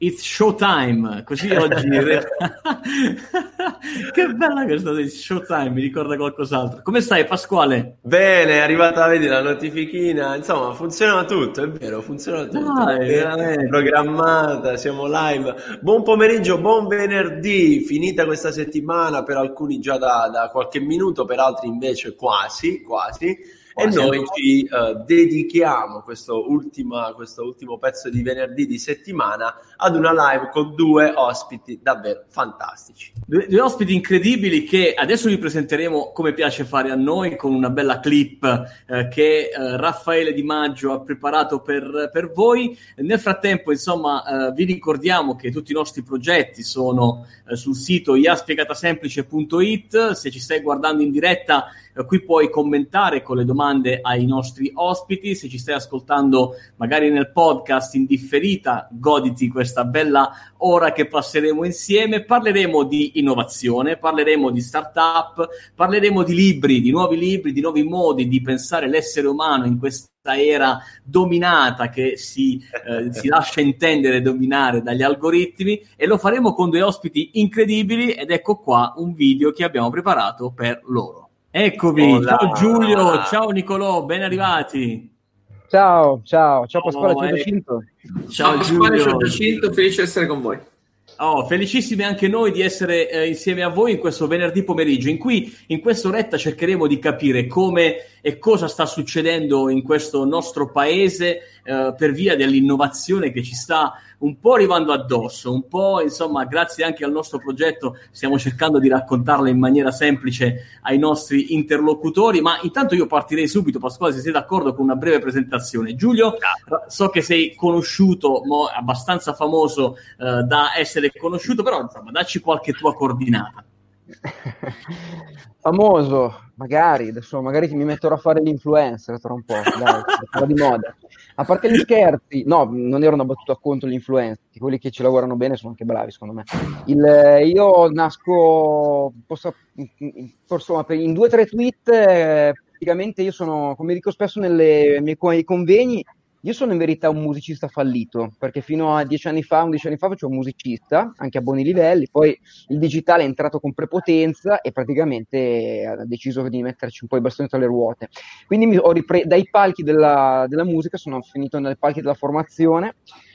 It's showtime, così oggi... Che bella questa di showtime, mi ricorda qualcos'altro. Come stai, Pasquale? Bene, è arrivata, vedi, la notifichina, insomma, funziona tutto, è vero, funziona tutto. Dai, È veramente. programmata, siamo live. Buon pomeriggio, buon venerdì, finita questa settimana, per alcuni già da qualche minuto, per altri invece quasi. E noi ci dedichiamo questo ultimo pezzo di venerdì di settimana ad una live con due ospiti davvero fantastici. Due ospiti incredibili che adesso vi presenteremo come piace fare a noi, con una bella clip che Raffaele Di Maggio ha preparato per voi. Nel frattempo, insomma, vi ricordiamo che tutti i nostri progetti sono sul sito iaspiegatasemplice.it. Se ci stai guardando in diretta, qui puoi commentare con le domande ai nostri ospiti. Se ci stai ascoltando magari nel podcast in differita, goditi questa bella ora che passeremo insieme. Parleremo di innovazione, parleremo di startup, parleremo di libri, di nuovi modi di pensare l'essere umano in questa era dominata che si lascia intendere dominare dagli algoritmi, e lo faremo con due ospiti incredibili, ed ecco qua un video che abbiamo preparato per loro. Eccovi, Hola. Ciao Giulio, ciao Nicolò, ben arrivati. Ciao Pasquale, ciao Giacinto. Ciao Pasquale, Giulio. ciao Giacinto, felice di essere con voi. Felicissimi anche noi di essere insieme a voi in questo venerdì pomeriggio, in cui in quest'oretta cercheremo di capire come e cosa sta succedendo in questo nostro paese per via dell'innovazione che ci sta un po' arrivando addosso, un po', insomma, grazie anche al nostro progetto stiamo cercando di raccontarla in maniera semplice ai nostri interlocutori. Ma intanto io partirei subito, Pasquale, se sei d'accordo, con una breve presentazione. Giulio, so che sei conosciuto, abbastanza famoso da essere conosciuto, però insomma, dacci qualche tua coordinata. Famoso, magari mi metterò a fare l'influencer tra un po', dai, sarà di moda. A parte gli scherzi, no, non era una battuta contro gli influencer, quelli che ci lavorano bene sono anche bravi, secondo me. Io nasco, insomma, in 2 o 3 tweet, praticamente io sono, come dico spesso nei miei convegni, io sono in verità un musicista fallito, perché fino a 11 anni fa facevo un musicista, anche a buoni livelli, poi il digitale è entrato con prepotenza e praticamente ha deciso di metterci un po' i bastoni tra le ruote. Quindi dai palchi della musica sono finito nei palchi della formazione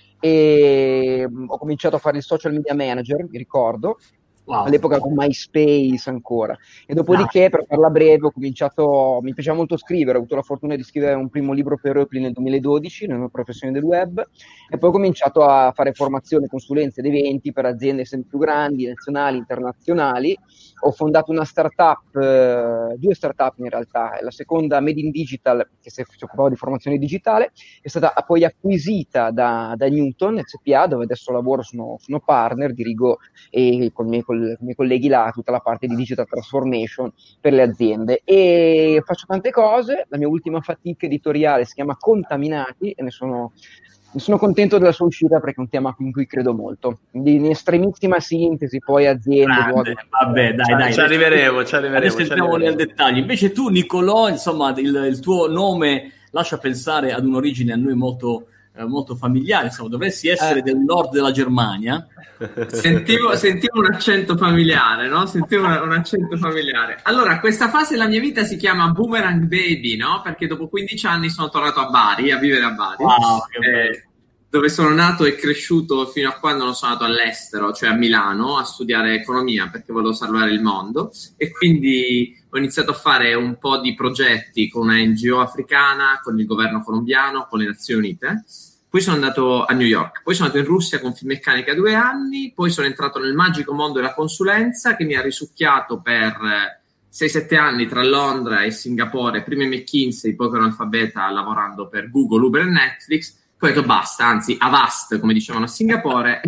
e ho cominciato a fare il social media manager, mi ricordo. Wow. All'epoca con MySpace ancora, e dopodiché, per farla breve, mi piaceva molto scrivere, ho avuto la fortuna di scrivere un primo libro per Oakley nel 2012, nella professione del web, e poi ho cominciato a fare formazione, consulenze ed eventi per aziende sempre più grandi, nazionali, internazionali. Ho fondato una startup, 2 startup in realtà, la seconda Made in Digital, che si occupava di formazione digitale, è stata poi acquisita da Newton SPA, dove adesso lavoro, sono partner, dirigo e con i miei colleghi là tutta la parte di digital transformation per le aziende, e faccio tante cose. La mia ultima fatica editoriale si chiama Contaminati e ne sono contento della sua uscita, perché è un tema in cui credo molto. In estremissima sintesi, poi aziende, luoghi... Vabbè, dai. Ci arriveremo. Adesso entriamo nel dettaglio. Invece tu, Nicolò, insomma, il tuo nome lascia pensare ad un'origine a noi molto familiare, insomma, dovresti essere del nord della Germania. Sentivo un accento familiare, no? Un accento familiare. Allora, questa fase della mia vita si chiama Boomerang Baby, no? Perché dopo 15 anni sono tornato a vivere a Bari. Wow, che bello. Dove sono nato e cresciuto fino a quando non sono andato all'estero, cioè a Milano, a studiare economia, perché volevo salvare il mondo, e quindi ho iniziato a fare un po' di progetti con una NGO africana, con il governo colombiano, con le Nazioni Unite. Poi sono andato a New York, poi sono andato in Russia con Finmeccanica 2 anni, poi sono entrato nel magico mondo della consulenza, che mi ha risucchiato per 6-7 anni tra Londra e Singapore, prima in McKinsey, poi con Alphabeta, lavorando per Google, Uber e Netflix. Poi ho detto basta, anzi Avast, come dicevano a Singapore.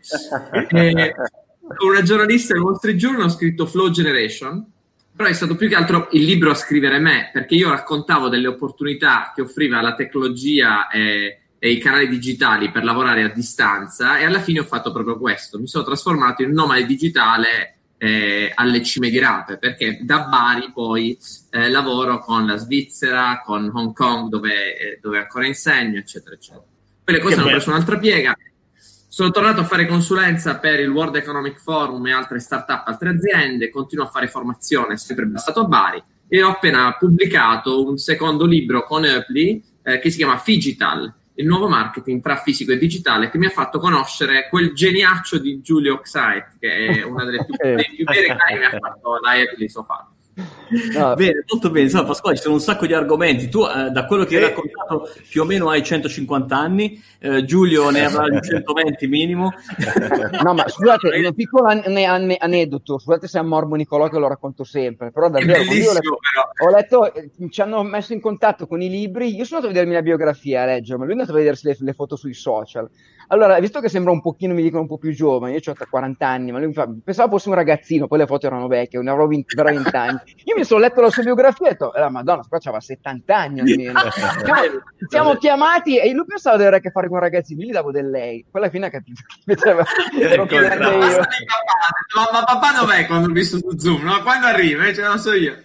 Con una giornalista del Wall Street Journal ho scritto Flow Generation, però è stato più che altro il libro a scrivere me, perché io raccontavo delle opportunità che offriva la tecnologia e i canali digitali per lavorare a distanza, e alla fine ho fatto proprio questo. Mi sono trasformato in un nomade digitale alle cime di rape, perché da Bari poi lavoro con la Svizzera, con Hong Kong, dove ancora insegno, eccetera, eccetera. Poi le cose hanno preso un'altra piega. Sono tornato a fare consulenza per il World Economic Forum e altre start-up, altre aziende, continuo a fare formazione, sempre basato a Bari, e ho appena pubblicato un secondo libro con Eupli che si chiama Phygital, il nuovo marketing tra fisico e digitale, che mi ha fatto conoscere quel geniaccio di Giulio Xait, che è una delle più vere che mi ha fatto la Eupli so far. No. Bene, molto bene. Insomma, Pasquale, ci sono un sacco di argomenti. Tu, da quello che hai raccontato, più o meno hai 150 anni, Giulio ne avrà 120 minimo. No, ma scusate, un piccolo aneddoto. Scusate se ammorbo Nicolò, che lo racconto sempre, però davvero ho letto, ci hanno messo in contatto con i libri. Io sono andato a vedermi la biografia, a leggere, ma lui è andato a vedersi le foto sui social. Allora, visto che sembra un pochino, mi dicono un po' più giovane, io ho 40 anni, ma lui mi fa, pensavo fosse un ragazzino, poi le foto erano vecchie, ne avrò 20 anni. Io mi sono letto la sua biografia e ho detto, madonna, qua c'aveva 70 anni almeno. Siamo chiamati, e lui pensava di avere a che fare con ragazzini, gli davo del lei. Poi alla fine ha capito che ero più grande io. Ma papà dov'è quando ho visto su Zoom? No? Quando arriva? Ce la so io.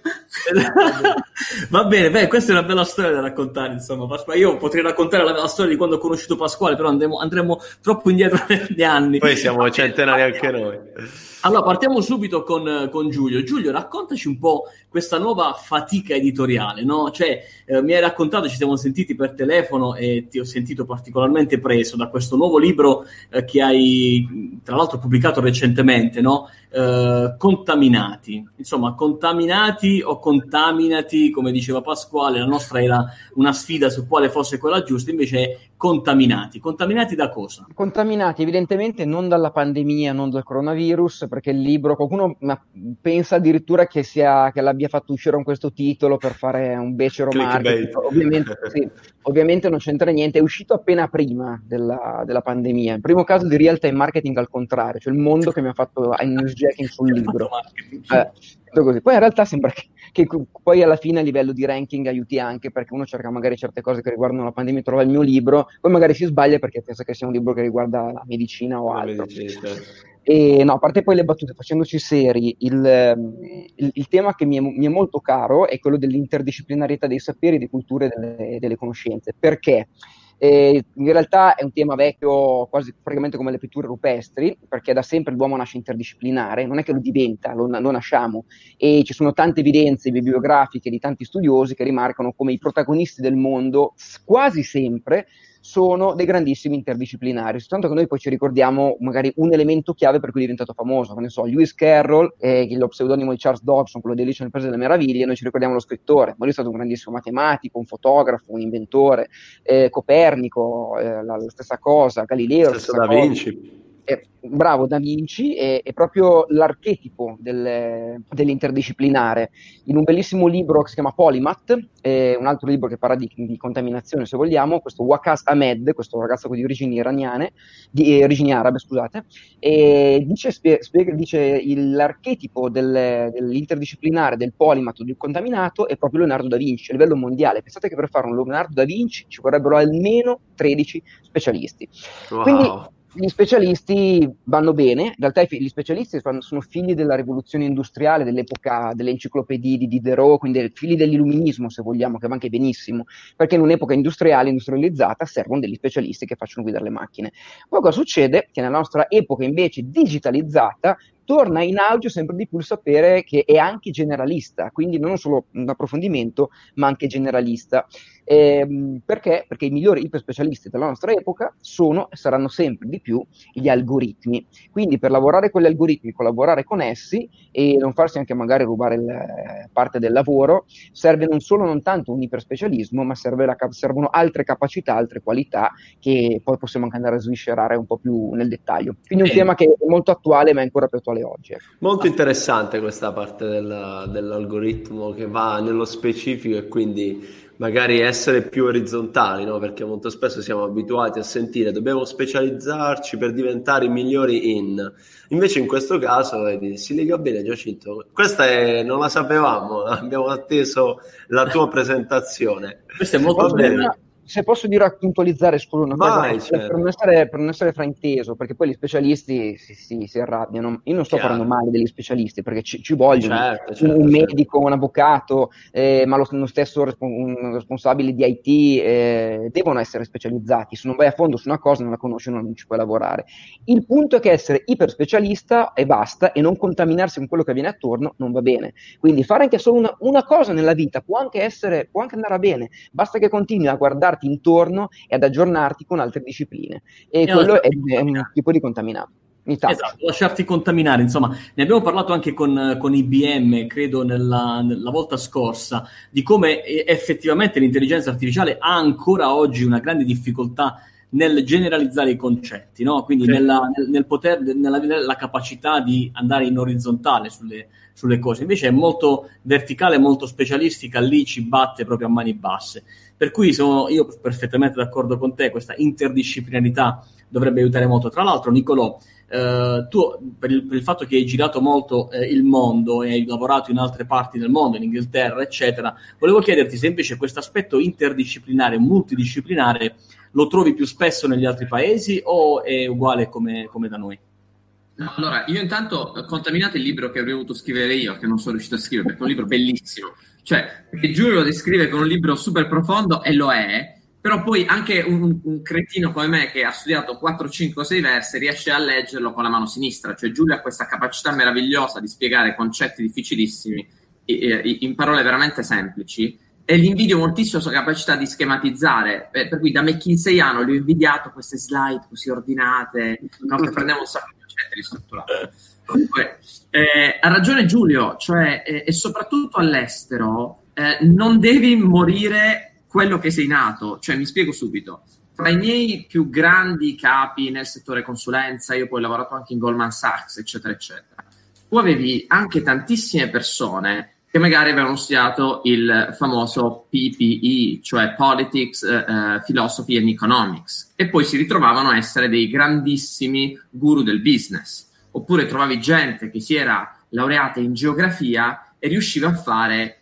Va bene, beh, questa è una bella storia da raccontare, insomma. Io potrei raccontare la storia di quando ho conosciuto Pasquale, però andremo troppo indietro negli anni. Poi siamo centenari anche noi. Allora, partiamo subito con Giulio. Giulio, raccontaci un po' questa nuova fatica editoriale, no? Cioè, mi hai raccontato, ci siamo sentiti per telefono e ti ho sentito particolarmente preso da questo nuovo libro che hai, tra l'altro, pubblicato recentemente, no? Contaminati. Insomma, contaminati o contaminati, come diceva Pasquale, la nostra era una sfida su quale fosse quella giusta, invece è contaminati. Contaminati da cosa? Contaminati evidentemente non dalla pandemia, non dal coronavirus, perché il libro, qualcuno pensa addirittura che l'abbia fatto uscire con questo titolo per fare un becero marketing. Ovviamente non c'entra niente, è uscito appena prima della pandemia. Il primo caso di real time marketing al contrario, cioè il mondo che mi ha fatto newsjacking sul libro. Così. Poi in realtà sembra che poi alla fine a livello di ranking aiuti anche, perché uno cerca magari certe cose che riguardano la pandemia, trova il mio libro, poi magari si sbaglia perché pensa che sia un libro che riguarda la medicina o altro. E no, a parte poi le battute, facendoci seri, il tema che mi è molto caro è quello dell'interdisciplinarietà dei saperi, delle culture e delle conoscenze. Perché? In realtà è un tema vecchio, quasi praticamente come le pitture rupestri, perché da sempre l'uomo nasce interdisciplinare, non è che lo diventa, lo nasciamo, e ci sono tante evidenze bibliografiche di tanti studiosi che rimarcano come i protagonisti del mondo quasi sempre sono dei grandissimi interdisciplinari, soltanto che noi poi ci ricordiamo magari un elemento chiave per cui è diventato famoso, che ne so, Lewis Carroll, lo pseudonimo di Charles Dodgson, quello di Alice nel Paese delle Meraviglie, noi ci ricordiamo lo scrittore, ma lui è stato un grandissimo matematico, un fotografo, un inventore, Copernico, la stessa cosa, Galileo, stesso Da Vinci. Bravo, Da Vinci è proprio l'archetipo dell'interdisciplinare. In un bellissimo libro che si chiama Polymath, un altro libro che parla di contaminazione, se vogliamo, questo Waqas Ahmed, questo ragazzo di origini origini arabe, scusate, dice l'archetipo dell'interdisciplinare, del polymath, del contaminato, è proprio Leonardo da Vinci a livello mondiale. Pensate che per fare un Leonardo da Vinci ci vorrebbero almeno 13 specialisti. Wow. Quindi gli specialisti vanno bene, in realtà gli specialisti sono figli della rivoluzione industriale, dell'epoca delle enciclopedie di Diderot, quindi figli dell'illuminismo, se vogliamo, che va anche benissimo, perché in un'epoca industrializzata servono degli specialisti che facciano guidare le macchine. Poi cosa succede? Che nella nostra epoca invece digitalizzata torna in auge sempre di più il sapere che è anche generalista, quindi non solo un approfondimento, ma anche generalista. Perché? Perché i migliori iperspecialisti della nostra epoca sono e saranno sempre di più gli algoritmi. Quindi per lavorare con gli algoritmi, collaborare con essi e non farsi anche magari rubare parte del lavoro, serve non tanto un iperspecialismo, ma servono altre capacità, altre qualità che poi possiamo anche andare a sviscerare un po' più nel dettaglio. Quindi un tema che è molto attuale, ma è ancora più attuale oggi. Molto interessante questa parte dell'algoritmo che va nello specifico e quindi magari essere più orizzontali, no? Perché molto spesso siamo abituati a sentire dobbiamo specializzarci per diventare i migliori invece in questo caso si lega bene, Giacinto, non la sapevamo, abbiamo atteso la tua presentazione. Questo è molto bello. se posso dire, puntualizzare solo una cosa, certo. per non essere frainteso, perché poi gli specialisti si arrabbiano. Io non sto parlando male degli specialisti, perché ci vogliono un medico, un avvocato, ma lo stesso responsabile di IT devono essere specializzati. Se non vai a fondo su una cosa, non la conosci, non ci puoi lavorare. Il punto è che essere iper specialista e basta, e non contaminarsi con quello che viene attorno non va bene. Quindi fare anche solo una cosa nella vita può anche andare bene, basta che continui a guardarti intorno e ad aggiornarti con altre discipline, e quello è un tipo di contaminato. Esatto, lasciarti contaminare. Insomma, ne abbiamo parlato anche con IBM, credo nella volta scorsa, di come effettivamente l'intelligenza artificiale ha ancora oggi una grande difficoltà nel generalizzare i concetti, no? Quindi nel poter, nella capacità di andare in orizzontale sulle cose. Invece è molto verticale, molto specialistica, lì ci batte proprio a mani basse. Per cui sono io perfettamente d'accordo con te, questa interdisciplinarità dovrebbe aiutare molto. Tra l'altro, Nicolò, tu per il fatto che hai girato molto il mondo e hai lavorato in altre parti del mondo, in Inghilterra, eccetera, volevo chiederti se invece questo aspetto interdisciplinare, multidisciplinare, lo trovi più spesso negli altri paesi o è uguale come da noi? No, allora, io intanto contaminate il libro che avrei voluto scrivere io, che non sono riuscito a scrivere, perché è un libro bellissimo. Cioè, perché Giulio lo descrive con un libro super profondo, e lo è, però poi anche un cretino come me che ha studiato 4, 5, 6 versi riesce a leggerlo con la mano sinistra. Cioè Giulio ha questa capacità meravigliosa di spiegare concetti difficilissimi in parole veramente semplici, e gli invidio moltissimo la sua capacità di schematizzare, per cui da McKinseyano gli ho invidiato queste slide così ordinate, no, che prendevo un sacco di concetti ristrutturati. Comunque, ha ragione Giulio, cioè, e soprattutto all'estero non devi morire quello che sei nato. Cioè, mi spiego subito. Tra i miei più grandi capi nel settore consulenza, io poi ho lavorato anche in Goldman Sachs, eccetera, eccetera, tu avevi anche tantissime persone che magari avevano studiato il famoso PPE, cioè Politics, Philosophy and Economics, e poi si ritrovavano a essere dei grandissimi guru del business. Oppure trovavi gente che si era laureata in geografia e riusciva a fare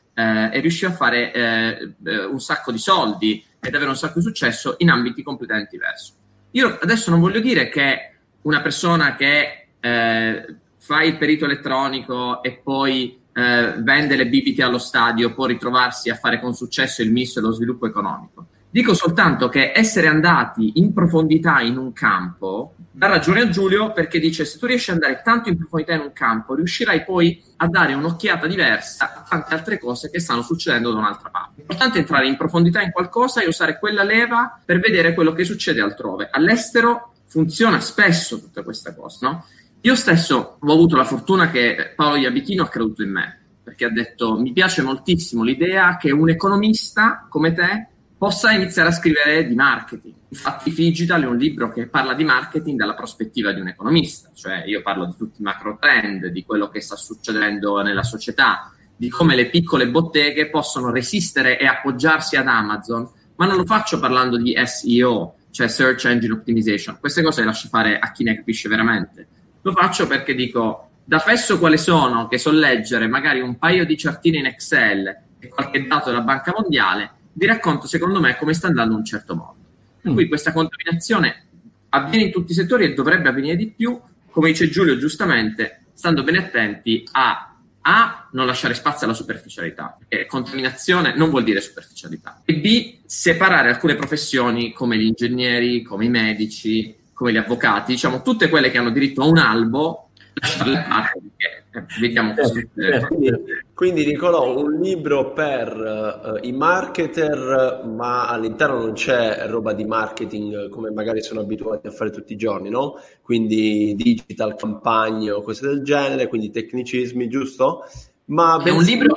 un sacco di soldi ed avere un sacco di successo in ambiti completamente diversi. Io adesso non voglio dire che una persona che fa il perito elettronico e poi vende le bibite allo stadio può ritrovarsi a fare con successo il misto dello sviluppo economico. Dico soltanto che essere andati in profondità in un campo dà ragione a Giulio, perché dice: se tu riesci ad andare tanto in profondità in un campo, riuscirai poi a dare un'occhiata diversa a tante altre cose che stanno succedendo da un'altra parte. È importante entrare in profondità in qualcosa e usare quella leva per vedere quello che succede altrove. All'estero funziona spesso tutta questa cosa, no? Io stesso ho avuto la fortuna che Paolo Iabichino ha creduto in me, perché ha detto: mi piace moltissimo l'idea che un economista come te possa iniziare a scrivere di marketing. Infatti Phygital è un libro che parla di marketing dalla prospettiva di un economista, cioè io parlo di tutti i macro trend, di quello che sta succedendo nella società, di come le piccole botteghe possono resistere e appoggiarsi ad Amazon, ma non lo faccio parlando di SEO, cioè Search Engine Optimization. Queste cose le lascio fare a chi ne capisce veramente. Lo faccio perché dico: da fesso quale sono, che so leggere magari un paio di chartine in Excel e qualche dato della Banca Mondiale, vi racconto secondo me come sta andando un certo modo. Per cui questa contaminazione avviene in tutti i settori e dovrebbe avvenire di più, come dice Giulio giustamente, stando bene attenti a non lasciare spazio alla superficialità, perché contaminazione non vuol dire superficialità, e B, separare alcune professioni come gli ingegneri, come i medici, come gli avvocati, diciamo tutte quelle che hanno diritto a un albo, lasciarle a parte, perché vediamo così. Quindi Nicolò, un libro per i marketer, ma all'interno non c'è roba di marketing come magari sono abituati a fare tutti i giorni, no? Quindi digital, campagne o cose del genere, quindi tecnicismi, giusto? Ma è un libro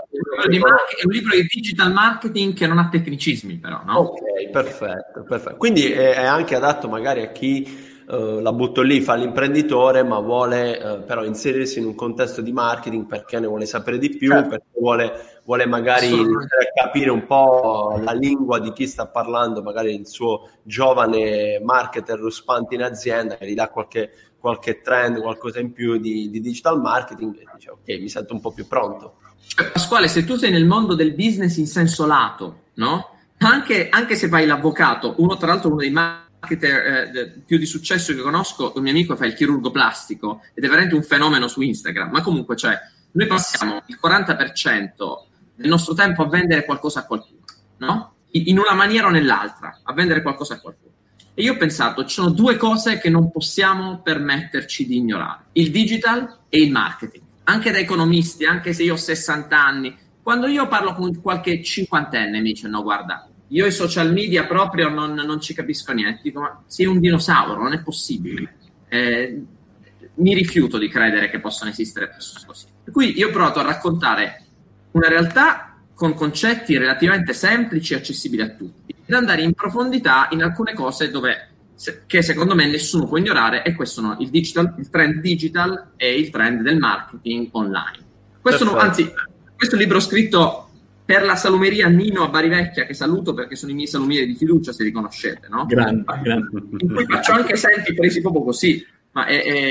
di digital marketing che non ha tecnicismi, però, no? Ok, perfetto. Quindi è anche adatto magari a chi la butto lì, fa l'imprenditore, ma vuole però inserirsi in un contesto di marketing perché ne vuole sapere di più, certo, perché vuole magari capire un po' la lingua di chi sta parlando, magari il suo giovane marketer ruspante in azienda, che gli dà qualche trend, qualcosa in più di digital marketing, e dice: ok, mi sento un po' più pronto. Pasquale, se tu sei nel mondo del business in senso lato, no? Anche se fai l'avvocato, tra l'altro uno dei marketer più di successo che conosco, un mio amico fa il chirurgo plastico ed è veramente un fenomeno su Instagram, ma comunque noi passiamo il 40% del nostro tempo a vendere qualcosa a qualcuno, no? In una maniera o nell'altra, a vendere qualcosa a qualcuno. E io ho pensato, ci sono due cose che non possiamo permetterci di ignorare: il digital e il marketing. Anche da economisti, anche se io ho 60 anni, quando io parlo con qualche cinquantenne mi dice: no, guarda, io i social media proprio non ci capisco niente. Dico: ma sei un dinosauro, non è possibile. Mi rifiuto di credere che possano esistere persone così. Per cui io ho provato a raccontare una realtà con concetti relativamente semplici e accessibili a tutti, ed andare in profondità in alcune cose che secondo me nessuno può ignorare, e questo sono il trend digital e il trend del marketing online. Questo è un libro scritto per la salumeria Nino a Bari Vecchia, che saluto perché sono i miei salumieri di fiducia, se li conoscete, no? Grande. In cui faccio anche esempi presi proprio così, ma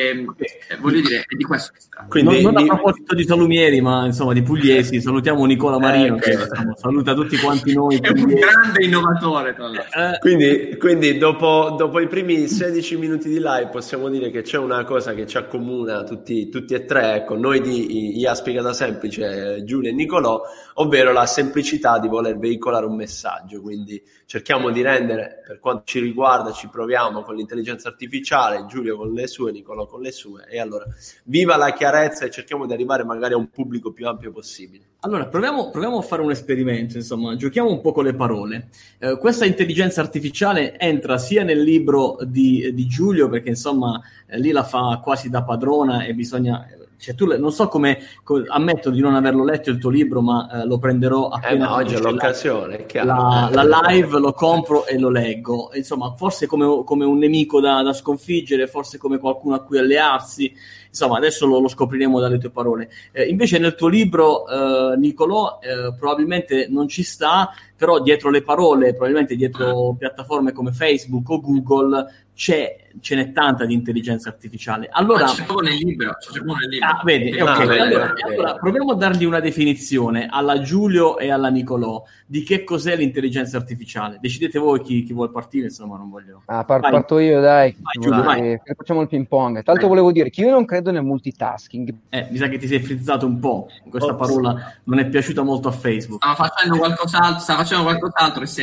voglio dire, è di questo che si tratta. Quindi, non a proposito di salumieri, ma insomma di pugliesi, salutiamo Nicola Marino, che saluta tutti quanti noi. È un grande innovatore, tra l'altro. Quindi dopo i primi 16 minuti di live possiamo dire che c'è una cosa che ci accomuna tutti e tre, ecco, noi di Jaspicata Semplice, Giulia e Nicolò, ovvero la semplicità di voler veicolare un messaggio. Quindi cerchiamo di rendere, per quanto ci riguarda, ci proviamo con l'intelligenza artificiale, Giulio con le sue, Nicolò con le sue, e allora viva la chiarezza e cerchiamo di arrivare magari a un pubblico più ampio possibile. Allora, proviamo a fare un esperimento, insomma, giochiamo un po' con le parole. Questa intelligenza artificiale entra sia nel libro di Giulio, perché insomma lì la fa quasi da padrona e bisogna... Cioè, tu non so ammetto di non averlo letto il tuo libro, ma lo prenderò appena oggi è l'occasione, è chiaro. la live, lo compro e lo leggo. Insomma, forse come un nemico da sconfiggere, forse come qualcuno a cui allearsi. Insomma, adesso lo scopriremo dalle tue parole. Invece nel tuo libro, Nicolò, probabilmente non ci sta, però dietro le parole, probabilmente dietro piattaforme come Facebook o Google, ce n'è tanta di intelligenza artificiale. Allora, c'è proprio nel libro. Vedi, okay. Allora, proviamo a dargli una definizione alla Giulio e alla Nicolò di che cos'è l'intelligenza artificiale. Decidete voi chi vuol partire, insomma, non voglio... Parto io, dai. Giulio, vai. Facciamo il ping pong. Tanto volevo dire che io non credo nel multitasking. Mi sa che ti sei frizzato un po'. Questa parola non è piaciuta molto a Facebook. Stava facendo qualcos'altro e si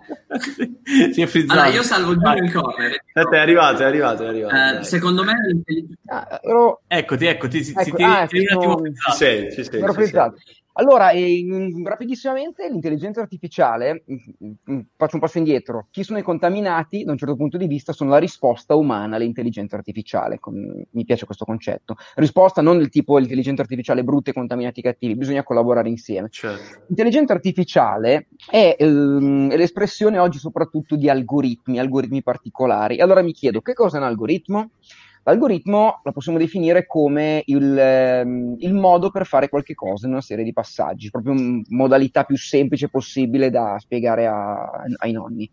è frizzato. Allora, io salvo Giulio in corner. È arrivato. Secondo me Eccoti, ci sei. Allora, rapidissimamente l'intelligenza artificiale, faccio un passo indietro, chi sono i contaminati da un certo punto di vista sono la risposta umana all'intelligenza artificiale, mi piace questo concetto, risposta non del tipo l'intelligenza artificiale brutta e contaminati cattivi, bisogna collaborare insieme. Certo. L'intelligenza artificiale è l'espressione oggi soprattutto di algoritmi particolari. Allora mi chiedo, che cosa è un algoritmo? L'algoritmo la possiamo definire come il modo per fare qualche cosa in una serie di passaggi, proprio in modalità più semplice possibile da spiegare ai nonni.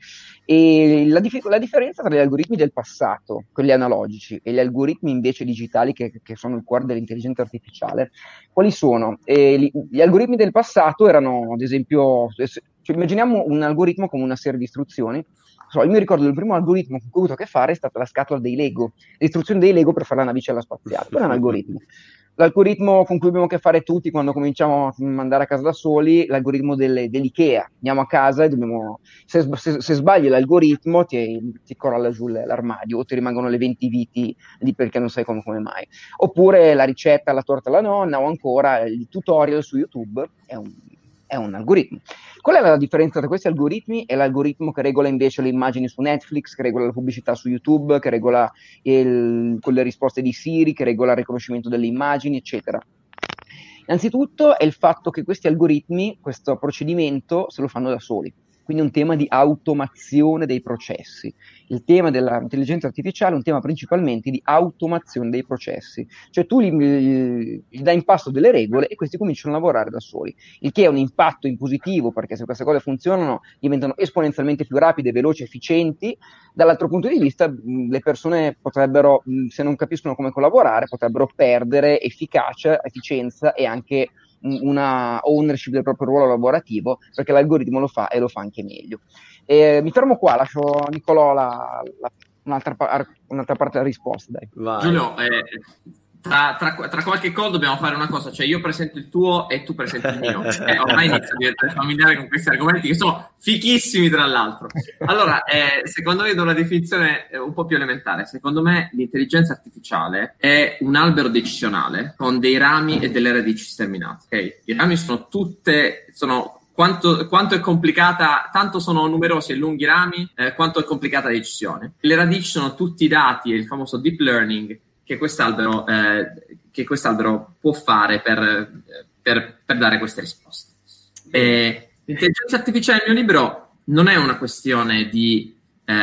E la differenza tra gli algoritmi del passato, quelli analogici, e gli algoritmi invece digitali che sono il cuore dell'intelligenza artificiale, quali sono? Gli algoritmi del passato erano, ad esempio, immaginiamo un algoritmo come una serie di istruzioni. Io mi ricordo il primo algoritmo con cui ho avuto a che fare è stata la scatola dei Lego, le istruzioni dei Lego per fare la navicella spaziale. Quello è un algoritmo. L'algoritmo con cui abbiamo a che fare tutti quando cominciamo a andare a casa da soli, l'algoritmo dell'Ikea. Andiamo a casa e dobbiamo, se sbagli l'algoritmo ti crolla giù l'armadio o ti rimangono le 20 viti lì perché non sai come mai. Oppure la ricetta, la torta alla nonna, o ancora il tutorial su YouTube è un algoritmo. Qual è la differenza tra questi algoritmi e l'algoritmo che regola invece le immagini su Netflix, che regola la pubblicità su YouTube, che regola quelle risposte di Siri, che regola il riconoscimento delle immagini, eccetera? Innanzitutto è il fatto che questi algoritmi, questo procedimento, se lo fanno da soli. Quindi è un tema di automazione dei processi. Il tema dell'intelligenza artificiale è un tema principalmente di automazione dei processi. Cioè tu gli dai in pasto delle regole e questi cominciano a lavorare da soli, il che è un impatto in positivo, perché se queste cose funzionano diventano esponenzialmente più rapide, veloci, efficienti. Dall'altro punto di vista le persone potrebbero, se non capiscono come collaborare, potrebbero perdere efficacia, efficienza e anche una ownership del proprio ruolo lavorativo, perché l'algoritmo lo fa e lo fa anche meglio. Mi fermo qua, lascio a Nicolò un'altra parte della risposta. Dai. Vai. Giulio, tra qualche call dobbiamo fare una cosa, cioè io presento il tuo e tu presenti il mio. Ormai inizio a diventare familiare con questi argomenti che sono fichissimi tra l'altro. Allora, secondo me do una definizione un po' più elementare. Secondo me l'intelligenza artificiale è un albero decisionale con dei rami e delle radici sterminate. Okay? I rami sono quanto è complicata, tanto sono numerosi e lunghi rami, quanto è complicata la decisione. Le radici sono tutti i dati e il famoso deep learning che quest'albero può fare per dare queste risposte. L'intelligenza artificiale nel mio libro non è una questione di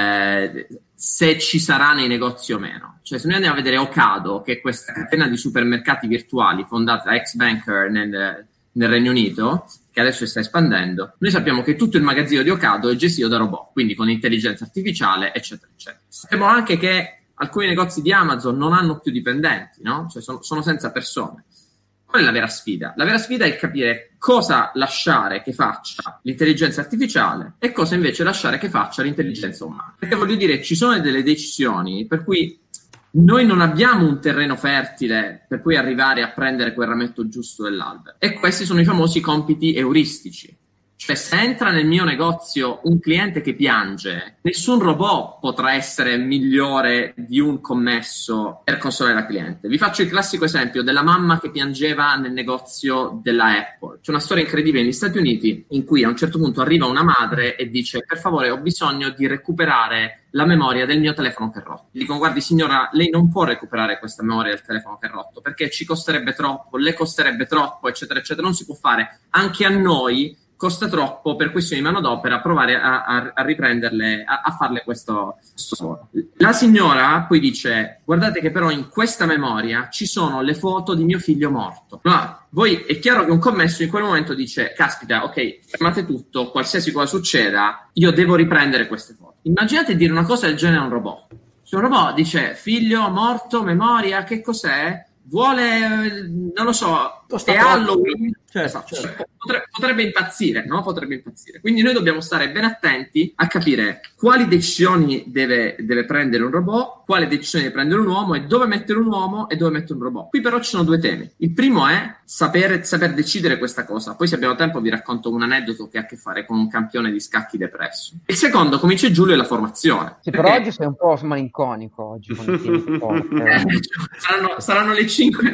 se ci sarà nei negozi o meno. Cioè, se noi andiamo a vedere Ocado, che è questa catena di supermercati virtuali fondata da ex-banker nel Regno Unito, che adesso si sta espandendo, noi sappiamo che tutto il magazzino di Ocado è gestito da robot, quindi con intelligenza artificiale, eccetera, eccetera. Sappiamo anche che alcuni negozi di Amazon non hanno più dipendenti, no? Cioè sono senza persone. Qual è la vera sfida? La vera sfida è capire cosa lasciare che faccia l'intelligenza artificiale e cosa invece lasciare che faccia l'intelligenza umana. Perché voglio dire, ci sono delle decisioni per cui noi non abbiamo un terreno fertile per poi arrivare a prendere quel rametto giusto dell'albero. E questi sono i famosi compiti euristici. Cioè, se entra nel mio negozio un cliente che piange, nessun robot potrà essere migliore di un commesso per consolare la cliente. Vi faccio il classico esempio della mamma che piangeva nel negozio della Apple. C'è una storia incredibile negli Stati Uniti in cui a un certo punto arriva una madre e dice: per favore, ho bisogno di recuperare la memoria del mio telefono che è rotto. Dicono: guardi signora, lei non può recuperare questa memoria del telefono che è rotto perché ci costerebbe troppo, le costerebbe troppo, eccetera, eccetera. Non si può fare. Anche a noi costa troppo per questioni di manodopera provare a riprenderle, a farle questo lavoro. La signora poi dice: guardate che però in questa memoria ci sono le foto di mio figlio morto. Ma voi, è chiaro che un commesso in quel momento dice: caspita, ok, fermate tutto, qualsiasi cosa succeda, io devo riprendere queste foto. Immaginate dire una cosa del genere a un robot. Se un robot dice: figlio morto, memoria, che cos'è? Vuole, non lo so, è Halloween, certo. Potrebbe impazzire, no? Potrebbe impazzire. Quindi noi dobbiamo stare ben attenti a capire quali decisioni deve prendere un robot, quali decisioni deve prendere un uomo e dove mettere un uomo e dove mettere un robot. Qui però ci sono due temi. Il primo è saper decidere questa cosa. Poi se abbiamo tempo vi racconto un aneddoto che ha a che fare con un campione di scacchi depresso. Il secondo, come dice Giulio, è la formazione. Sì, però oggi sei un po' malinconico oggi con i temi forte. Saranno le 5.